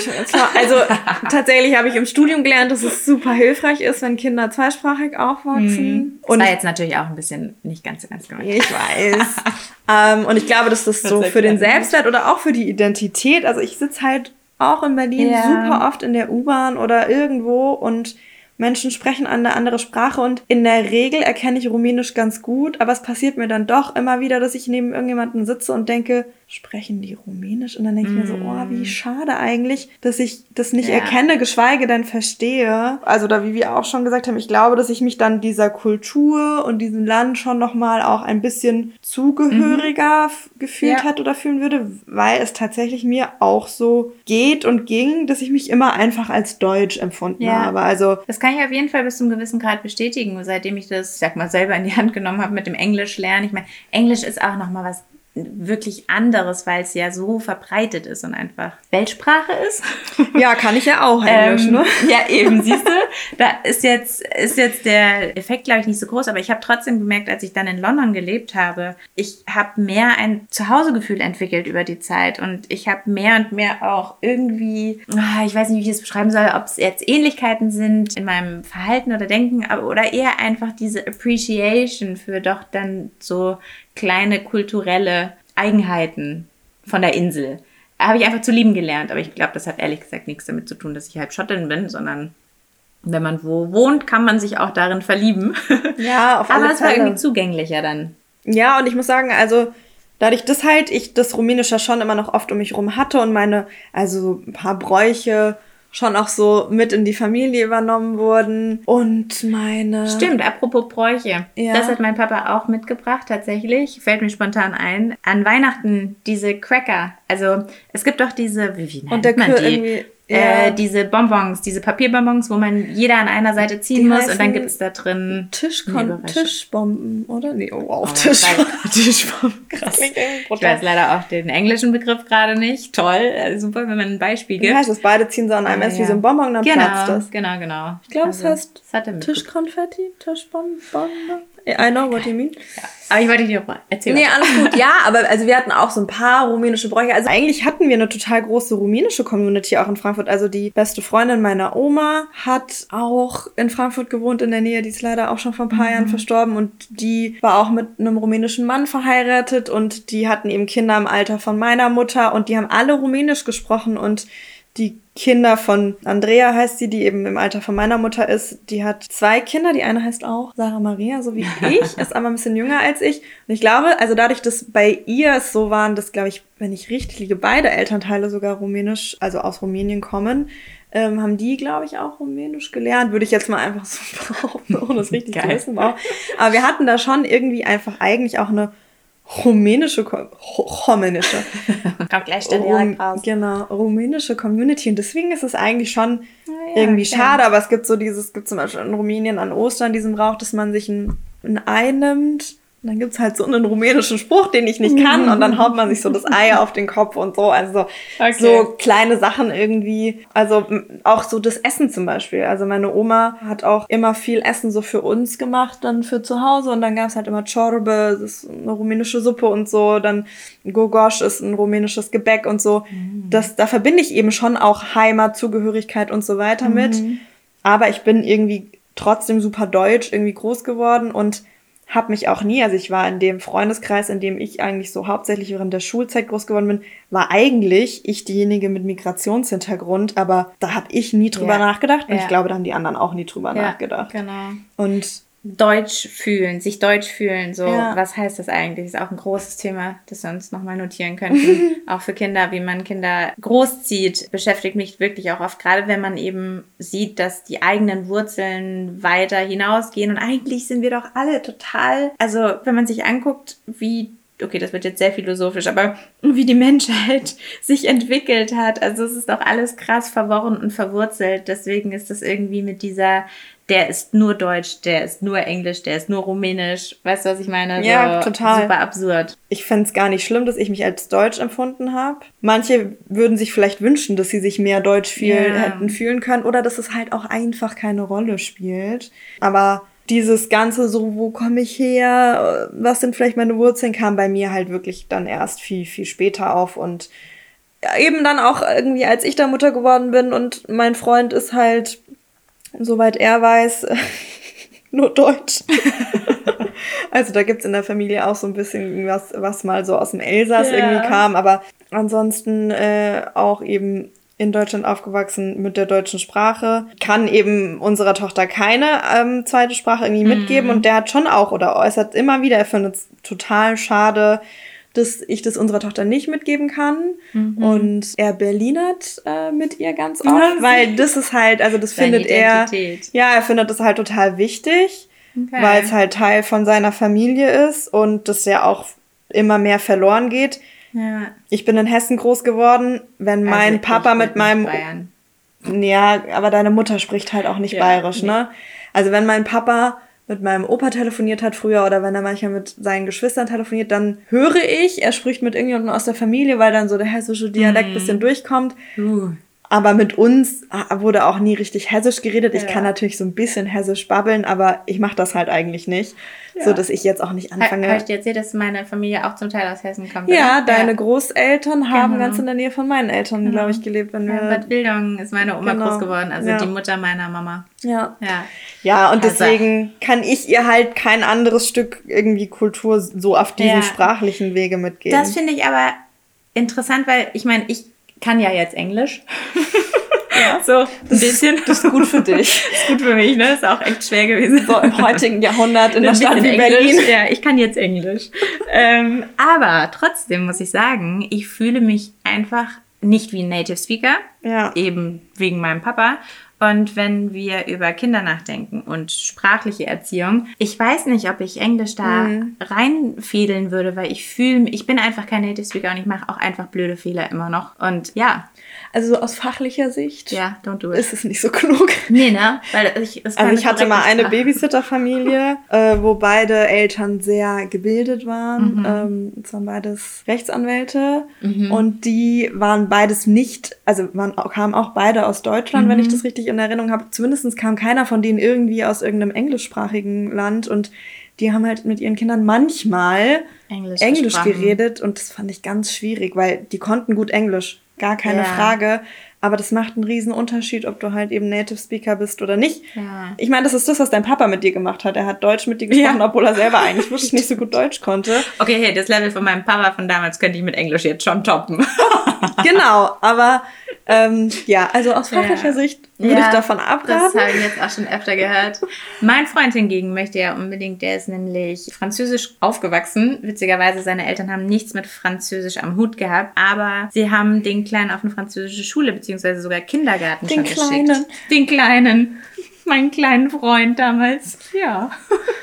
Also tatsächlich habe ich im Studium gelernt, dass es super hilfreich ist, wenn Kinder zweisprachig aufwachsen. Das Und war ich, jetzt natürlich auch ein bisschen nicht ganz so ganz gemeint. ich weiß. ähm, und ich glaube, dass das so Das für den erklärt Selbstwert oder auch für die Identität, also ich sitze halt auch in Berlin Ja. super oft in der U-Bahn oder irgendwo und Menschen sprechen eine andere Sprache und in der Regel erkenne ich Rumänisch ganz gut, aber es passiert mir dann doch immer wieder, dass ich neben irgendjemandem sitze und denke, sprechen die Rumänisch? Und dann denke ich mir so, oh, wie schade eigentlich, dass ich das nicht Ja. erkenne, geschweige denn verstehe. Also da, wie wir auch schon gesagt haben, ich glaube, dass ich mich dann dieser Kultur und diesem Land schon nochmal auch ein bisschen zugehöriger f- gefühlt Ja. hat oder fühlen würde, weil es tatsächlich mir auch so geht und ging, dass ich mich immer einfach als deutsch empfunden Ja. habe. Also Das kann ich auf jeden Fall bis zum gewissen Grad bestätigen, seitdem ich das, ich sag mal, selber in die Hand genommen habe mit dem Englisch lernen. Ich meine, Englisch ist auch nochmal was wirklich anderes, weil es ja so verbreitet ist und einfach Weltsprache ist. ja, kann ich ja auch Englisch, Ähm, ne? Ja, eben, siehst du, da ist jetzt, ist jetzt der Effekt, glaube ich, nicht so groß, aber ich habe trotzdem gemerkt, als ich dann in London gelebt habe, ich habe mehr ein Zuhausegefühl entwickelt über die Zeit und ich habe mehr und mehr auch irgendwie, ah, ich weiß nicht, wie ich es beschreiben soll, ob es jetzt Ähnlichkeiten sind in meinem Verhalten oder Denken, aber, oder eher einfach diese Appreciation für doch dann so kleine kulturelle Eigenheiten von der Insel. Habe ich einfach zu lieben gelernt. Aber ich glaube, das hat ehrlich gesagt nichts damit zu tun, dass ich halb Schottin bin, sondern wenn man wo wohnt, kann man sich auch darin verlieben. Ja, auf alle Aber es war Fälle. irgendwie zugänglicher dann. Ja, und ich muss sagen, also dadurch, dass halt ich das Rumänische schon immer noch oft um mich rum hatte und meine, also ein paar Bräuche schon auch so mit in die Familie übernommen wurden und meine... Stimmt, apropos Bräuche. Ja. Das hat mein Papa auch mitgebracht, tatsächlich. Fällt mir spontan ein. An Weihnachten diese Cracker. Also es gibt doch diese, wie, wie nennt Und der man Kür die? irgendwie... äh, Ja. diese Bonbons, diese Papierbonbons, wo man jeder an einer Seite ziehen Die muss und dann heißen gibt es da drin Tischkon- Überraschung. Tischbomben, oder? Nee, oh wow, Oh, Tischbomben. Tischbomben. Krass. Klingt irgendwie Ich brutal. weiß leider auch den englischen Begriff gerade nicht. Toll, äh, super, wenn man ein Beispiel Wie gibt. heißt das? Beide ziehen so an einem Ah, Ess wie ja. so ein Bonbon und dann Genau, platzt das. genau, genau. Ich glaube, Also, es heißt das hat er mitbekommen. Tischkonfetti, Tischbomben. I know what you mean. Ja. Aber ich wollte dir auch mal erzählen. Nee, alles gut. Ja, aber also wir hatten auch so ein paar rumänische Bräuche. Also eigentlich hatten wir eine total große rumänische Community auch in Frankfurt. Also die beste Freundin meiner Oma hat auch in Frankfurt gewohnt in der Nähe. Die ist leider auch schon vor ein paar mhm. Jahren verstorben. Und die war auch mit einem rumänischen Mann verheiratet. Und die hatten eben Kinder im Alter von meiner Mutter. Und die haben alle Rumänisch gesprochen. Und die Kinder von Andrea heißt sie, die eben im Alter von meiner Mutter ist, die hat zwei Kinder. Die eine heißt auch Sarah Maria, so wie ich, ist aber ein bisschen jünger als ich. Und ich glaube, also dadurch, dass bei ihr es so waren, dass, glaube ich, wenn ich richtig liege, beide Elternteile sogar rumänisch, also aus Rumänien kommen, ähm, haben die, glaube ich, auch rumänisch gelernt. Würde ich jetzt mal einfach so behaupten, ohne es richtig zu wissen. Aber wir hatten da schon irgendwie einfach eigentlich auch eine rumänische, rumänische, Kommt gleich der Dialekt raus. Genau, rumänische Community. Und deswegen ist es eigentlich schon ah, ja, irgendwie okay. schade, aber es gibt so dieses, es gibt zum Beispiel in Rumänien an Ostern diesen Brauch, dass man sich ein, ein Ei nimmt. Und dann gibt's halt so einen rumänischen Spruch, den ich nicht kann. Und dann haut man sich so das Ei auf den Kopf und so. Also so, okay. so kleine Sachen irgendwie. Also auch so das Essen zum Beispiel. Also meine Oma hat auch immer viel Essen so für uns gemacht, dann für zu Hause. Und dann gab's halt immer Ciorbe, das ist eine rumänische Suppe und so. Dann Gogosch ist ein rumänisches Gebäck und so. Mhm. Das, da verbinde ich eben schon auch Heimat, Zugehörigkeit und so weiter mhm. mit. Aber ich bin irgendwie trotzdem super deutsch irgendwie groß geworden und habe mich auch nie, also ich war in dem Freundeskreis, in dem ich eigentlich so hauptsächlich während der Schulzeit groß geworden bin, war eigentlich ich diejenige mit Migrationshintergrund, aber da habe ich nie drüber ja. nachgedacht und ja. ich glaube, da haben die anderen auch nie drüber ja, nachgedacht. Genau. Und Deutsch fühlen, sich deutsch fühlen, so, ja. was heißt das eigentlich? Ist auch ein großes Thema, das wir uns nochmal notieren könnten. Auch für Kinder, wie man Kinder großzieht, beschäftigt mich wirklich auch oft, gerade wenn man eben sieht, dass die eigenen Wurzeln weiter hinausgehen und eigentlich sind wir doch alle total, also wenn man sich anguckt, wie okay, das wird jetzt sehr philosophisch, aber wie die Menschheit sich entwickelt hat, also es ist doch alles krass verworren und verwurzelt, deswegen ist das irgendwie mit dieser der ist nur Deutsch, der ist nur Englisch, der ist nur Rumänisch. Weißt du, was ich meine? Ja, so, total. Super absurd. Ich fände es gar nicht schlimm, dass ich mich als Deutsch empfunden habe. Manche würden sich vielleicht wünschen, dass sie sich mehr Deutsch fühlen, ja. hätten fühlen können oder dass es halt auch einfach keine Rolle spielt. Aber dieses Ganze so, wo komme ich her, was sind vielleicht meine Wurzeln, kam bei mir halt wirklich dann erst viel, viel später auf und eben dann auch irgendwie, als ich da Mutter geworden bin und mein Freund ist halt, soweit er weiß, nur Deutsch. Also da gibt's in der Familie auch so ein bisschen was, was mal so aus dem Elsass ja. irgendwie kam, aber ansonsten äh, auch eben in Deutschland aufgewachsen mit der deutschen Sprache, kann eben unserer Tochter keine ähm, zweite Sprache irgendwie mitgeben mhm. und der hat schon auch oder äußert immer wieder, er findet es total schade, dass ich das unserer Tochter nicht mitgeben kann mhm. und er Berlinert äh, mit ihr ganz oft, ja, weil das ist halt, also das findet Identität. er, ja, er findet das halt total wichtig, okay. weil es halt Teil von seiner Familie ist und das ja auch immer mehr verloren geht. Ja. Ich bin in Hessen groß geworden, wenn mein also Papa mit meinem... Bayern. Ja, aber deine Mutter spricht halt auch nicht ja, bayerisch, nee. ne? Also wenn mein Papa mit meinem Opa telefoniert hat früher oder wenn er manchmal mit seinen Geschwistern telefoniert, dann höre ich, er spricht mit irgendjemandem aus der Familie, weil dann so der hessische Dialekt ein mm. bisschen durchkommt. Uh. Aber mit uns wurde auch nie richtig hessisch geredet. Ich ja. kann natürlich so ein bisschen hessisch babbeln, aber ich mache das halt eigentlich nicht. Ja. So, dass ich jetzt auch nicht anfange. Habe ich dir erzählt, dass meine Familie auch zum Teil aus Hessen kommt? Ja, oder? deine ja. Großeltern haben genau. ganz in der Nähe von meinen Eltern, genau. glaube ich, gelebt. Wenn wir ja, Bad Wildungen ist meine Oma genau. groß geworden, also ja. die Mutter meiner Mama. Ja, ja, ja und also. deswegen kann ich ihr halt kein anderes Stück irgendwie Kultur so auf diesem ja. sprachlichen Wege mitgeben. Das finde ich aber interessant, weil ich meine, ich kann ja jetzt Englisch. Ja, so ein das bisschen. Ist, das ist gut für dich. Das ist gut für mich, ne? Ist auch echt schwer gewesen. So im heutigen Jahrhundert in der Stadt wie Berlin. Ja, ich kann jetzt Englisch. ähm, aber trotzdem muss ich sagen, ich fühle mich einfach nicht wie ein Native Speaker. Ja. Eben wegen meinem Papa. Und wenn wir über Kinder nachdenken und sprachliche Erziehung, ich weiß nicht, ob ich Englisch da mhm. reinfädeln würde, weil ich fühle, ich bin einfach kein Native Speaker und ich mache auch einfach blöde Fehler immer noch. Und ja. Also so aus fachlicher Sicht ja, don't do it. Ist es nicht so klug. Nee, ne? Weil ich, es also ich hatte mal eine Babysitterfamilie, äh, wo beide Eltern sehr gebildet waren. Mhm. Ähm, es waren beides Rechtsanwälte. Mhm. Und die waren beides nicht, also waren, kamen auch beide aus Deutschland, mhm. wenn ich das richtig in Erinnerung habe. Zumindest kam keiner von denen irgendwie aus irgendeinem englischsprachigen Land. Und die haben halt mit ihren Kindern manchmal Englisch, Englisch geredet. Und das fand ich ganz schwierig, weil die konnten gut Englisch. Gar keine ja. Frage. Aber das macht einen riesen Unterschied, ob du halt eben Native Speaker bist oder nicht. Ja. Ich meine, das ist das, was dein Papa mit dir gemacht hat. Er hat Deutsch mit dir gesprochen, ja. obwohl er selber eigentlich wirklich nicht so gut Deutsch konnte. Okay, hey, das Level von meinem Papa von damals könnte ich mit Englisch jetzt schon toppen. Genau, aber ähm, ja, also aus fachlicher ja. Sicht würde ja, ich davon abraten. Das habe ich jetzt auch schon öfter gehört. Mein Freund hingegen möchte ja unbedingt, der ist nämlich französisch aufgewachsen. Witzigerweise, seine Eltern haben nichts mit Französisch am Hut gehabt, aber sie haben den Kleinen auf eine französische Schule beziehungsweise sogar Kindergarten den schon Kleinen. geschickt. Den Kleinen. Meinen kleinen Freund damals. Ja.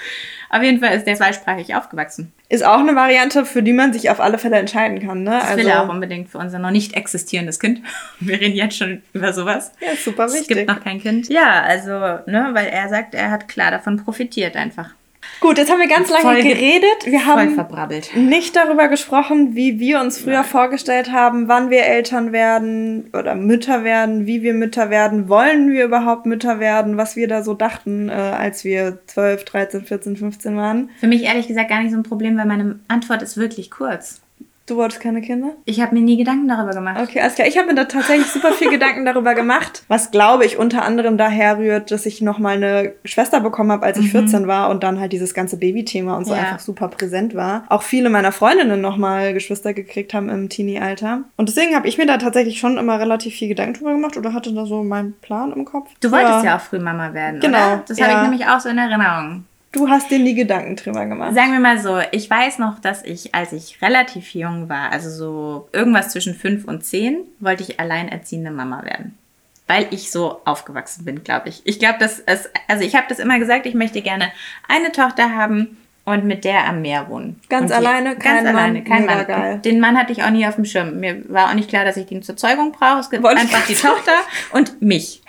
Auf jeden Fall ist der zweisprachig aufgewachsen. Ist auch eine Variante, für die man sich auf alle Fälle entscheiden kann, ne? Das also, will er auch unbedingt für unser noch nicht existierendes Kind. Wir reden jetzt schon über sowas. Ja, super wichtig. Es gibt noch kein Kind. Ja, also, ne, weil er sagt, er hat klar davon profitiert einfach. Gut, jetzt haben wir ganz lange voll geredet. Wir haben verbrabbelt. nicht darüber gesprochen, wie wir uns früher Nein. vorgestellt haben, wann wir Eltern werden oder Mütter werden, wie wir Mütter werden, wollen wir überhaupt Mütter werden, was wir da so dachten, äh, als wir zwölf, dreizehn, vierzehn, fünfzehn waren. Für mich ehrlich gesagt gar nicht so ein Problem, weil meine Antwort ist wirklich kurz. Du wolltest keine Kinder? Ich habe mir nie Gedanken darüber gemacht. Okay, alles klar. Ich habe mir da tatsächlich super viel Gedanken darüber gemacht, was, glaube ich, unter anderem daher rührt, dass ich noch mal eine Schwester bekommen habe, als ich mhm. vierzehn war und dann halt dieses ganze Babythema und so ja. einfach super präsent war. Auch viele meiner Freundinnen noch mal Geschwister gekriegt haben im Teenie-Alter. Und deswegen habe ich mir da tatsächlich schon immer relativ viel Gedanken drüber gemacht oder hatte da so meinen Plan im Kopf. Du wolltest ja, ja auch früh Mama werden, genau, oder? Das ja. habe ich nämlich auch so in Erinnerung. Du hast dir nie Gedanken drüber gemacht. Sagen wir mal so, ich weiß noch, dass ich, als ich relativ jung war, also so irgendwas zwischen fünf und zehn, wollte ich alleinerziehende Mama werden. Weil ich so aufgewachsen bin, glaube ich. Ich glaube, dass es, also ich habe das immer gesagt, ich möchte gerne eine Tochter haben und mit der am Meer wohnen. Ganz die, alleine, kein ganz Mann, alleine, kein mega Mann. Geil. Den Mann hatte ich auch nie auf dem Schirm. Mir war auch nicht klar, dass ich den zur Zeugung brauche. Es gibt Wollte einfach die Tochter und mich.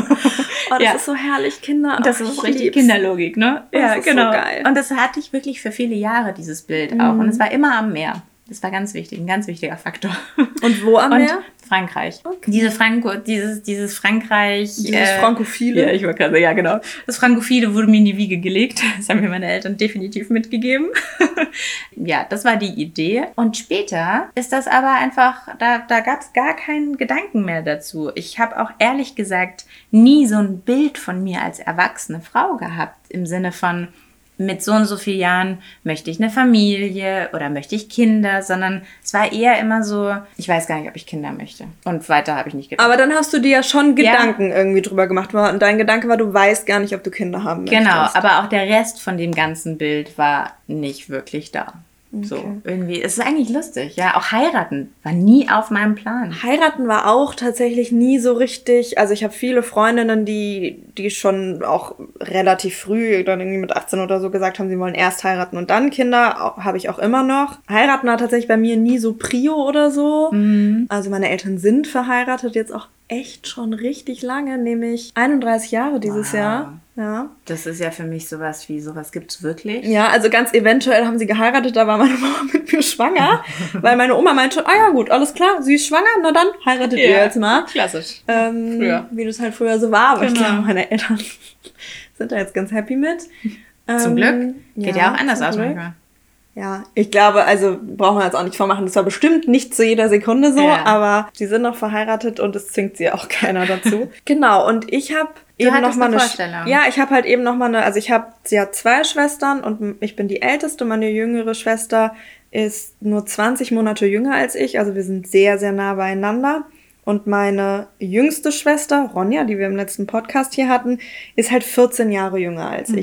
Oh, das ja. ist so herrlich, Kinder. Das ist richtig Kinderlogik, ne? Das ja, ist genau. So geil. Und das hatte ich wirklich für viele Jahre, dieses Bild auch. Mhm. Und es war immer am Meer. Das war ganz wichtig, ein ganz wichtiger Faktor. Und wo am und Meer? Frankreich. Okay. Diese Franco, dieses, dieses Frankreich. Dieses äh, Frankophile. Ja, ich war gerade, ja, genau. Das Frankophile wurde mir in die Wiege gelegt. Das haben mir meine Eltern definitiv mitgegeben. Ja, das war die Idee. Und später ist das aber einfach, da, da gab es gar keinen Gedanken mehr dazu. Ich habe auch ehrlich gesagt nie so ein Bild von mir als erwachsene Frau gehabt. Im Sinne von, mit so und so vielen Jahren möchte ich eine Familie oder möchte ich Kinder, sondern es war eher immer so, ich weiß gar nicht, ob ich Kinder möchte. Und weiter habe ich nicht gedacht. Aber dann hast du dir ja schon Gedanken ja. irgendwie drüber gemacht. Und dein Gedanke war, du weißt gar nicht, ob du Kinder haben möchtest. Genau, aber auch der Rest von dem ganzen Bild war nicht wirklich da. Okay. So, irgendwie, es ist eigentlich lustig, ja, auch heiraten war nie auf meinem Plan. Heiraten war auch tatsächlich nie so richtig, also ich habe viele Freundinnen, die, die schon auch relativ früh, dann irgendwie mit achtzehn oder so gesagt haben, sie wollen erst heiraten und dann Kinder, habe ich auch immer noch. Heiraten war tatsächlich bei mir nie so Prio oder so, mhm. also meine Eltern sind verheiratet, jetzt auch echt schon richtig lange, nämlich einunddreißig Jahre dieses wow. Jahr. Ja. Das ist ja für mich sowas wie, sowas gibt's wirklich? Ja, also ganz eventuell haben sie geheiratet, da war meine Mama mit mir schwanger, weil meine Oma meinte, ah ja gut, alles klar, sie ist schwanger, na dann heiratet ja, ihr jetzt mal. Klassisch. Ähm, früher. Wie das halt früher so war, aber genau. ich glaube, meine Eltern sind da jetzt ganz happy mit. Zum ähm, Glück. Geht ja, ja auch anders aus Glück. manchmal. Ja, ich glaube, also brauchen wir jetzt auch nicht vormachen, das war bestimmt nicht zu jeder Sekunde so, ja. aber sie sind noch verheiratet und es zwingt sie auch keiner dazu. Genau, und ich habe eben noch mal eine Vorstellung. Ja, ich habe halt eben noch mal eine, also ich habe sie hat zwei Schwestern und ich bin die älteste, meine jüngere Schwester ist nur zwanzig Monate jünger als ich, also wir sind sehr, sehr nah beieinander. Und meine jüngste Schwester, Ronja, die wir im letzten Podcast hier hatten, ist halt vierzehn Jahre jünger als ich. Mhm.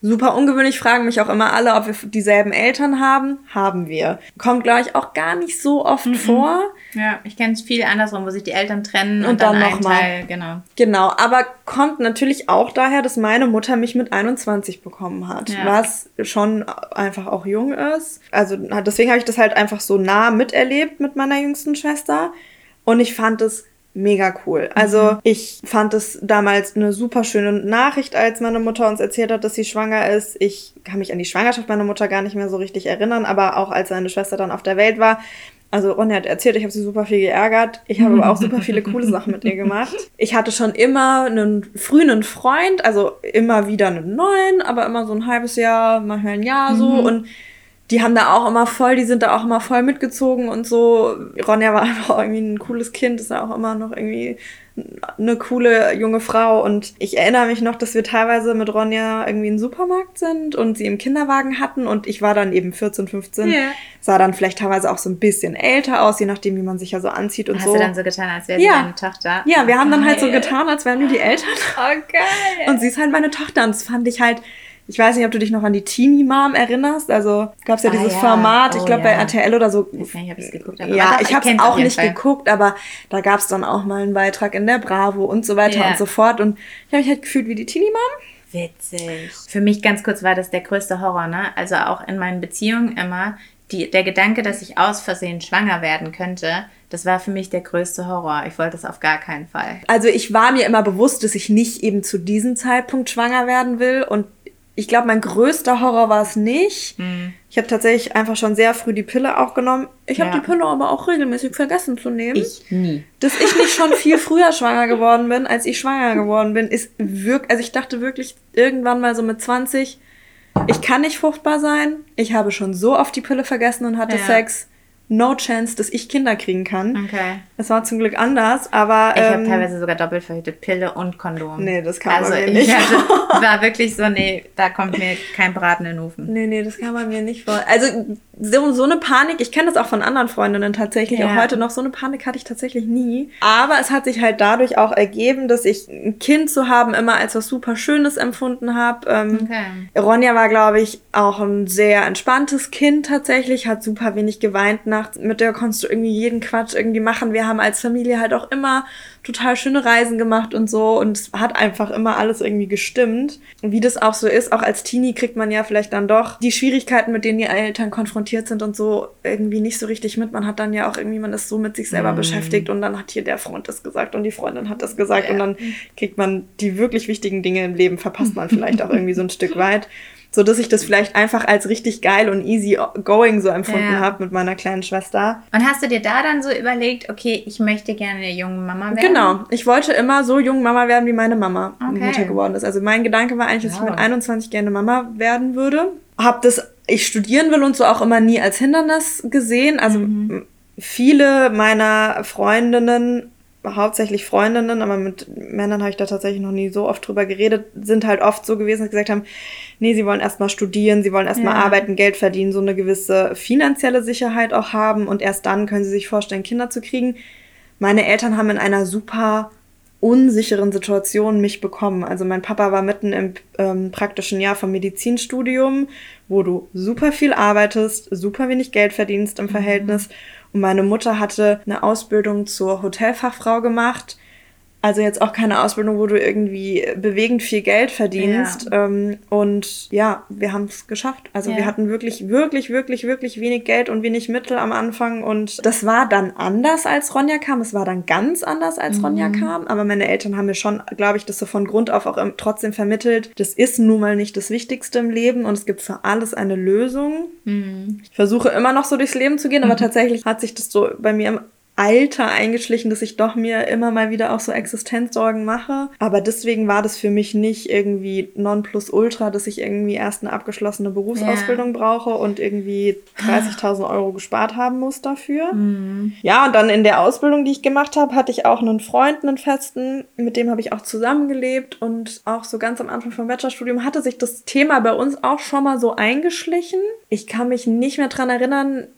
Super ungewöhnlich, fragen mich auch immer alle, ob wir dieselben Eltern haben. Haben wir. Kommt, glaube ich, auch gar nicht so oft mhm. vor. Ja, ich kenne es viel andersrum, wo sich die Eltern trennen und, und dann, dann noch ein mal. Teil, genau. Genau, aber kommt natürlich auch daher, dass meine Mutter mich mit einundzwanzig bekommen hat, ja. was schon einfach auch jung ist. Also deswegen habe ich das halt einfach so nah miterlebt mit meiner jüngsten Schwester und ich fand es mega cool. Also mhm. ich fand es damals eine super schöne Nachricht, als meine Mutter uns erzählt hat, dass sie schwanger ist. Ich kann mich an die Schwangerschaft meiner Mutter gar nicht mehr so richtig erinnern, aber auch als seine Schwester dann auf der Welt war. Also Ronja hat erzählt, ich habe sie super viel geärgert. Ich habe aber auch super viele coole Sachen mit ihr gemacht. Ich hatte schon immer einen frühen Freund, also immer wieder einen neuen, aber immer so ein halbes Jahr, manchmal ein Jahr so. Mhm. Und die haben da auch immer voll, die sind da auch immer voll mitgezogen und so. Ronja war einfach irgendwie ein cooles Kind, ist ja auch immer noch irgendwie eine coole junge Frau. Und ich erinnere mich noch, dass wir teilweise mit Ronja irgendwie im Supermarkt sind und sie im Kinderwagen hatten. Und ich war dann eben vierzehn, fünfzehn, yeah. sah dann vielleicht teilweise auch so ein bisschen älter aus, je nachdem, wie man sich ja so anzieht und Hast so. Hast du dann so getan, als wäre sie ja. deine Tochter? Ja, wir oh, haben geil. dann halt so getan, als wären wir die Eltern. Oh, geil. Und sie ist halt meine Tochter. Und das fand ich halt... Ich weiß nicht, ob du dich noch an die Teenie Mom erinnerst. Also gab es ja ah, dieses ja. Format, ich oh, glaube ja. bei R T L oder so. Ich weiß nicht, ob ich es geguckt habe. Ja, ich habe es auch nicht Fall. geguckt, aber da gab es dann auch mal einen Beitrag in der Bravo und so weiter yeah. und so fort. Und ich habe mich halt gefühlt wie die Teenie Mom. Witzig. Für mich ganz kurz war das der größte Horror, ne? Also auch in meinen Beziehungen immer, die, der Gedanke, dass ich aus Versehen schwanger werden könnte, das war für mich der größte Horror. Ich wollte das auf gar keinen Fall. Also ich war mir immer bewusst, dass ich nicht eben zu diesem Zeitpunkt schwanger werden will und ich glaube, mein größter Horror war es nicht. Mhm. Ich habe tatsächlich einfach schon sehr früh die Pille auch genommen. Ich habe ja. die Pille aber auch regelmäßig vergessen zu nehmen. Ich nie. Dass ich nicht schon viel früher schwanger geworden bin, als ich schwanger geworden bin, ist wirklich, also ich dachte wirklich irgendwann mal so mit zwanzig, ich kann nicht fruchtbar sein. Ich habe schon so oft die Pille vergessen und hatte ja. Sex. No chance, dass ich Kinder kriegen kann. Okay. Das war zum Glück anders, aber... Ich ähm, habe teilweise sogar doppelt verhütet, Pille und Kondom. Nee, das kann also man mir nicht ich hatte, war wirklich so, nee, da kommt mir kein Braten in den Ofen. Nee, nee, das kann man mir nicht vor. Also so, so eine Panik, ich kenne das auch von anderen Freundinnen tatsächlich, ja. auch heute noch, so eine Panik hatte ich tatsächlich nie. Aber es hat sich halt dadurch auch ergeben, dass ich ein Kind zu haben immer als was super Schönes empfunden habe. Ähm, okay. Ronja war, glaube ich, auch ein sehr entspanntes Kind tatsächlich, hat super wenig geweint nach mit der konntest du irgendwie jeden Quatsch irgendwie machen. Wir haben als Familie halt auch immer total schöne Reisen gemacht und so und es hat einfach immer alles irgendwie gestimmt. Und wie das auch so ist, auch als Teenie kriegt man ja vielleicht dann doch die Schwierigkeiten, mit denen die Eltern konfrontiert sind und so irgendwie nicht so richtig mit. Man hat dann ja auch irgendwie, man ist so mit sich selber mm. beschäftigt und dann hat hier der Freund das gesagt und die Freundin hat das gesagt ja. und dann kriegt man die wirklich wichtigen Dinge im Leben, verpasst man vielleicht auch irgendwie so ein Stück weit. So dass ich das vielleicht einfach als richtig geil und easy going so empfunden ja. habe mit meiner kleinen Schwester. Und hast du dir da dann so überlegt, okay, ich möchte gerne eine junge Mama werden? Genau. Ich wollte immer so jung Mama werden, wie meine Mama okay. Mutter geworden ist. Also mein Gedanke war eigentlich, dass wow. ich mit einundzwanzig gerne Mama werden würde. Hab das, ich studieren will und so auch immer nie als Hindernis gesehen. Also mhm. viele meiner Freundinnen, hauptsächlich Freundinnen, aber mit Männern habe ich da tatsächlich noch nie so oft drüber geredet, sind halt oft so gewesen, dass sie gesagt haben, nee, sie wollen erstmal studieren, sie wollen erstmal ja. arbeiten, Geld verdienen, so eine gewisse finanzielle Sicherheit auch haben und erst dann können sie sich vorstellen, Kinder zu kriegen. Meine Eltern haben in einer super unsicheren Situation mich bekommen. Also mein Papa war mitten im ähm, praktischen Jahr vom Medizinstudium, wo du super viel arbeitest, super wenig Geld verdienst im Verhältnis. Mhm. Und meine Mutter hatte eine Ausbildung zur Hotelfachfrau gemacht. Also jetzt auch keine Ausbildung, wo du irgendwie bewegend viel Geld verdienst. Ja. Ähm, und ja, wir haben es geschafft. Also ja. wir hatten wirklich, wirklich, wirklich, wirklich wenig Geld und wenig Mittel am Anfang. Und das war dann anders, als Ronja kam. Es war dann ganz anders, als mhm. Ronja kam. Aber meine Eltern haben mir schon, glaube ich, das so von Grund auf auch trotzdem vermittelt. Das ist nun mal nicht das Wichtigste im Leben und es gibt für alles eine Lösung. Mhm. Ich versuche immer noch so durchs Leben zu gehen, aber mhm. tatsächlich hat sich das so bei mir im Alter eingeschlichen, dass ich doch mir immer mal wieder auch so Existenzsorgen mache. Aber deswegen war das für mich nicht irgendwie Nonplusultra, dass ich irgendwie erst eine abgeschlossene Berufsausbildung ja. brauche und irgendwie dreißigtausend Euro gespart haben muss dafür. Mhm. Ja, und dann in der Ausbildung, die ich gemacht habe, hatte ich auch einen Freund, einen festen, mit dem habe ich auch zusammengelebt und auch so ganz am Anfang vom Bachelorstudium hatte sich das Thema bei uns auch schon mal so eingeschlichen. Ich kann mich nicht mehr dran erinnern,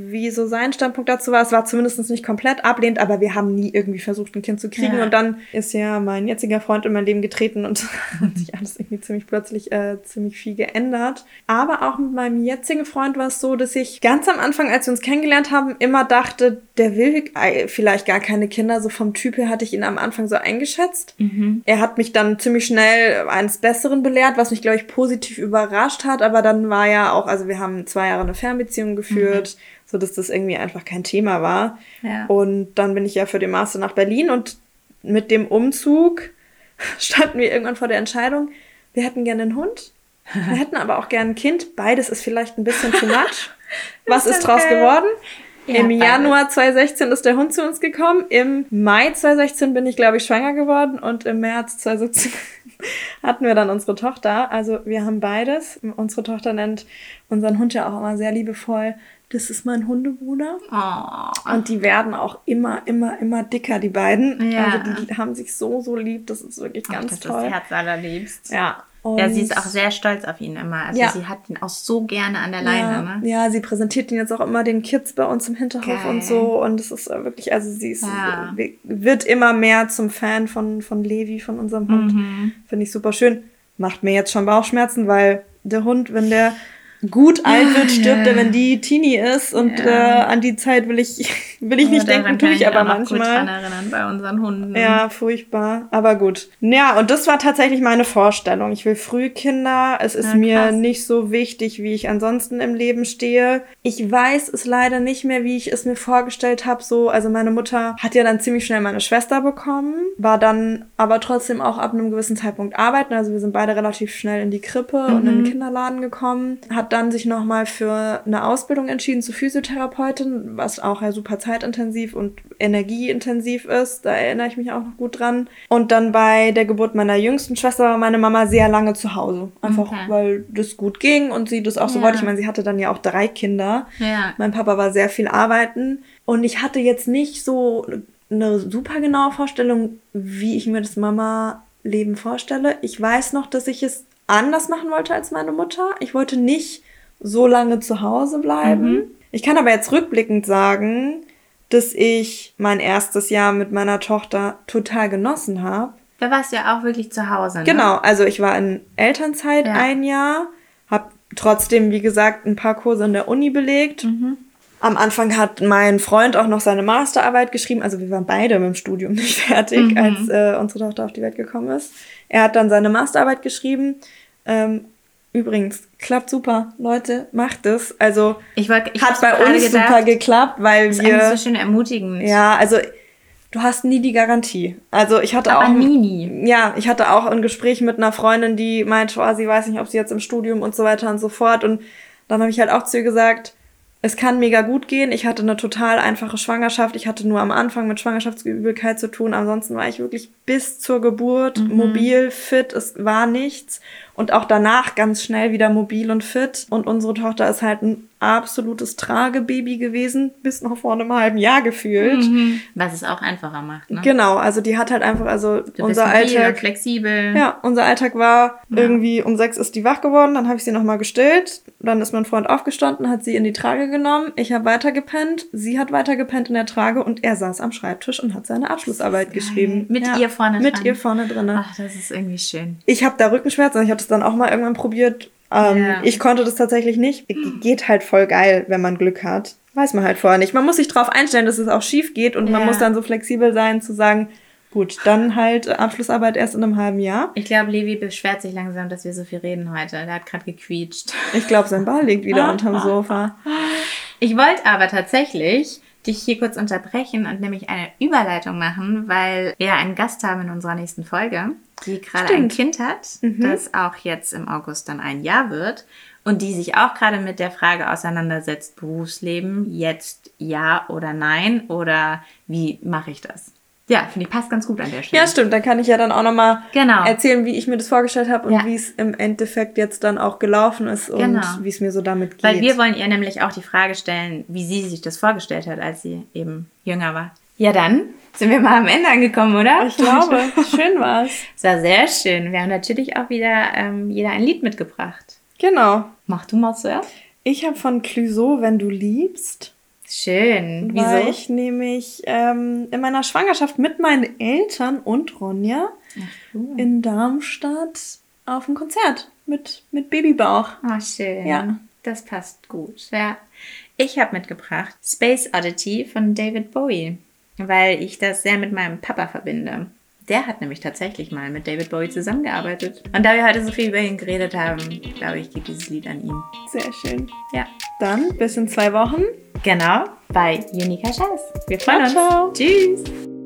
wie so sein Standpunkt dazu war. Es war zumindest nicht komplett ablehnend, aber wir haben nie irgendwie versucht, ein Kind zu kriegen. Ja. Und dann ist ja mein jetziger Freund in mein Leben getreten und hat sich alles irgendwie ziemlich plötzlich äh, ziemlich viel geändert. Aber auch mit meinem jetzigen Freund war es so, dass ich ganz am Anfang, als wir uns kennengelernt haben, immer dachte, der will vielleicht gar keine Kinder. So vom Typ her hatte ich ihn am Anfang so eingeschätzt. Mhm. Er hat mich dann ziemlich schnell eines Besseren belehrt, was mich, glaube ich, positiv überrascht hat. Aber dann war ja auch, also wir haben zwei Jahre eine Fernbeziehung geführt, mhm. so dass das irgendwie einfach kein Thema war. Ja. Und dann bin ich ja für den Master nach Berlin und mit dem Umzug standen wir irgendwann vor der Entscheidung, wir hätten gerne einen Hund, wir hätten aber auch gerne ein Kind. Beides ist vielleicht ein bisschen too much. Was ist, ist draus geil. geworden? Ja, Im Januar zwanzig sechzehn ist der Hund zu uns gekommen. Im Mai zwanzig sechzehn bin ich, glaube ich, schwanger geworden. Und im März zwanzig siebzehn hatten wir dann unsere Tochter. Also wir haben beides. Unsere Tochter nennt unseren Hund ja auch immer sehr liebevoll, das ist mein Hundebruder. Oh. Und die werden auch immer, immer, immer dicker, die beiden. Ja. Also die haben sich so, so lieb. Das ist wirklich Ach, ganz das toll. Das Herz allerliebst. Ja. Und ja, sie ist auch sehr stolz auf ihn immer. Also ja. sie hat ihn auch so gerne an der Leine. Ja, ne? ja, sie präsentiert ihn jetzt auch immer den Kids bei uns im Hinterhof Geil. und so. Und es ist wirklich, also sie ist, ja. wird immer mehr zum Fan von, von Levi, von unserem Hund. Mhm. Finde ich super schön. Macht mir jetzt schon Bauchschmerzen, weil der Hund, wenn der gut alt wird, stirbt er, wenn die Teenie ist. Und ja. äh, an die Zeit will ich, will ich aber nicht denken, tue ich aber manchmal. Gut dran erinnern bei unseren Hunden. Ja, furchtbar. Aber gut. Ja, und das war tatsächlich meine Vorstellung. Ich will Frühkinder. Es ist ja, mir nicht so wichtig, wie ich ansonsten im Leben stehe. Ich weiß es leider nicht mehr, wie ich es mir vorgestellt habe. So, also meine Mutter hat ja dann ziemlich schnell meine Schwester bekommen, war dann aber trotzdem auch ab einem gewissen Zeitpunkt arbeiten. Also wir sind beide relativ schnell in die Krippe mhm. und in den Kinderladen gekommen. Hat dann sich nochmal für eine Ausbildung entschieden zur Physiotherapeutin, was auch ja super zeitintensiv und energieintensiv ist. Da erinnere ich mich auch noch gut dran. Und dann bei der Geburt meiner jüngsten Schwester war meine Mama sehr lange zu Hause. Einfach, okay. weil das gut ging und sie das auch so ja. wollte. Ich meine, sie hatte dann ja auch drei Kinder. Ja. Mein Papa war sehr viel arbeiten. Und ich hatte jetzt nicht so eine super genaue Vorstellung, wie ich mir das Mama-Leben vorstelle. Ich weiß noch, dass ich es anders machen wollte als meine Mutter. Ich wollte nicht so lange zu Hause bleiben. Mhm. Ich kann aber jetzt rückblickend sagen, dass ich mein erstes Jahr mit meiner Tochter total genossen habe. Da warst du ja auch wirklich zu Hause, ne? Genau, also ich war in Elternzeit ja. ein Jahr, habe trotzdem, wie gesagt, ein paar Kurse in der Uni belegt. Mhm. Am Anfang hat mein Freund auch noch seine Masterarbeit geschrieben. Also wir waren beide mit dem Studium nicht fertig, mhm. als äh, unsere Tochter auf die Welt gekommen ist. Er hat dann seine Masterarbeit geschrieben. Ähm, Übrigens, klappt super. Leute, macht es. Also, ich wollt, ich hat bei uns gedacht, super geklappt, weil das wir... Das ist so schön ermutigend. Ja, also, du hast nie die Garantie. Also, ich hatte Aber auch... nie, nie. Ja, ich hatte auch ein Gespräch mit einer Freundin, die meinte, oh, sie weiß nicht, ob sie jetzt im Studium und so weiter und so fort. Und dann habe ich halt auch zu ihr gesagt, es kann mega gut gehen. Ich hatte eine total einfache Schwangerschaft. Ich hatte nur am Anfang mit Schwangerschaftsübelkeit zu tun. Ansonsten war ich wirklich bis zur Geburt mhm. mobil, fit. Es war nichts. Und auch danach ganz schnell wieder mobil und fit. Und unsere Tochter ist halt ein absolutes Tragebaby gewesen, bis noch vor einem halben Jahr gefühlt. Mhm. Was es auch einfacher macht, ne? Genau, also die hat halt einfach, also du unser bist mobil, Alltag... flexibel. Ja, unser Alltag war ja. irgendwie, um sechs ist die wach geworden, dann habe ich sie nochmal gestillt. Dann ist mein Freund aufgestanden, hat sie in die Trage genommen. Ich habe weitergepennt, sie hat weitergepennt in der Trage und er saß am Schreibtisch und hat seine Abschlussarbeit geschrieben. Mit ja, ihr vorne Mit dran. ihr vorne drin. Ach, das ist irgendwie schön. Ich habe da Rückenschmerzen, ich habe das dann auch mal irgendwann probiert. Ähm, ja. Ich konnte das tatsächlich nicht. Geht halt voll geil, wenn man Glück hat. Weiß man halt vorher nicht. Man muss sich drauf einstellen, dass es auch schief geht und ja. man muss dann so flexibel sein, zu sagen, gut, dann halt Abschlussarbeit erst in einem halben Jahr. Ich glaube, Levi beschwert sich langsam, dass wir so viel reden heute. Der hat gerade gequietscht. Ich glaube, sein Ball liegt wieder unterm Sofa. Ich wollte aber tatsächlich dich hier kurz unterbrechen und nämlich eine Überleitung machen, weil wir einen Gast haben in unserer nächsten Folge, die gerade ein Kind hat, mhm. das auch jetzt im August dann ein Jahr wird und die sich auch gerade mit der Frage auseinandersetzt, Berufsleben, jetzt ja oder nein oder wie mache ich das? Ja, finde ich, passt ganz gut an der Stelle. Ja, stimmt. Da kann ich ja dann auch nochmal genau. erzählen, wie ich mir das vorgestellt habe und ja. wie es im Endeffekt jetzt dann auch gelaufen ist und genau. wie es mir so damit geht. Weil wir wollen ihr nämlich auch die Frage stellen, wie sie sich das vorgestellt hat, als sie eben jünger war. Ja, dann sind wir mal am Ende angekommen, oder? Ich glaube, schön war's. Es war sehr schön. Wir haben natürlich auch wieder ähm, jeder ein Lied mitgebracht. Genau. Mach du mal zuerst. Ich habe von Clouseau, Wenn du liebst. Schön. Wieso? Weil ich nämlich ähm, in meiner Schwangerschaft mit meinen Eltern und Ronja Ach, cool. in Darmstadt auf ein Konzert mit, mit Babybauch. Oh, schön. Ja. Das passt gut. Ja. Ich habe mitgebracht Space Oddity von David Bowie, weil ich das sehr mit meinem Papa verbinde. Der hat nämlich tatsächlich mal mit David Bowie zusammengearbeitet. Und da wir heute so viel über ihn geredet haben, glaube ich, geht dieses Lied an ihn. Sehr schön. Ja. Dann bis in zwei Wochen. Genau, bei Unica Jazz. Wir freuen ciao, uns. Ciao. Tschüss.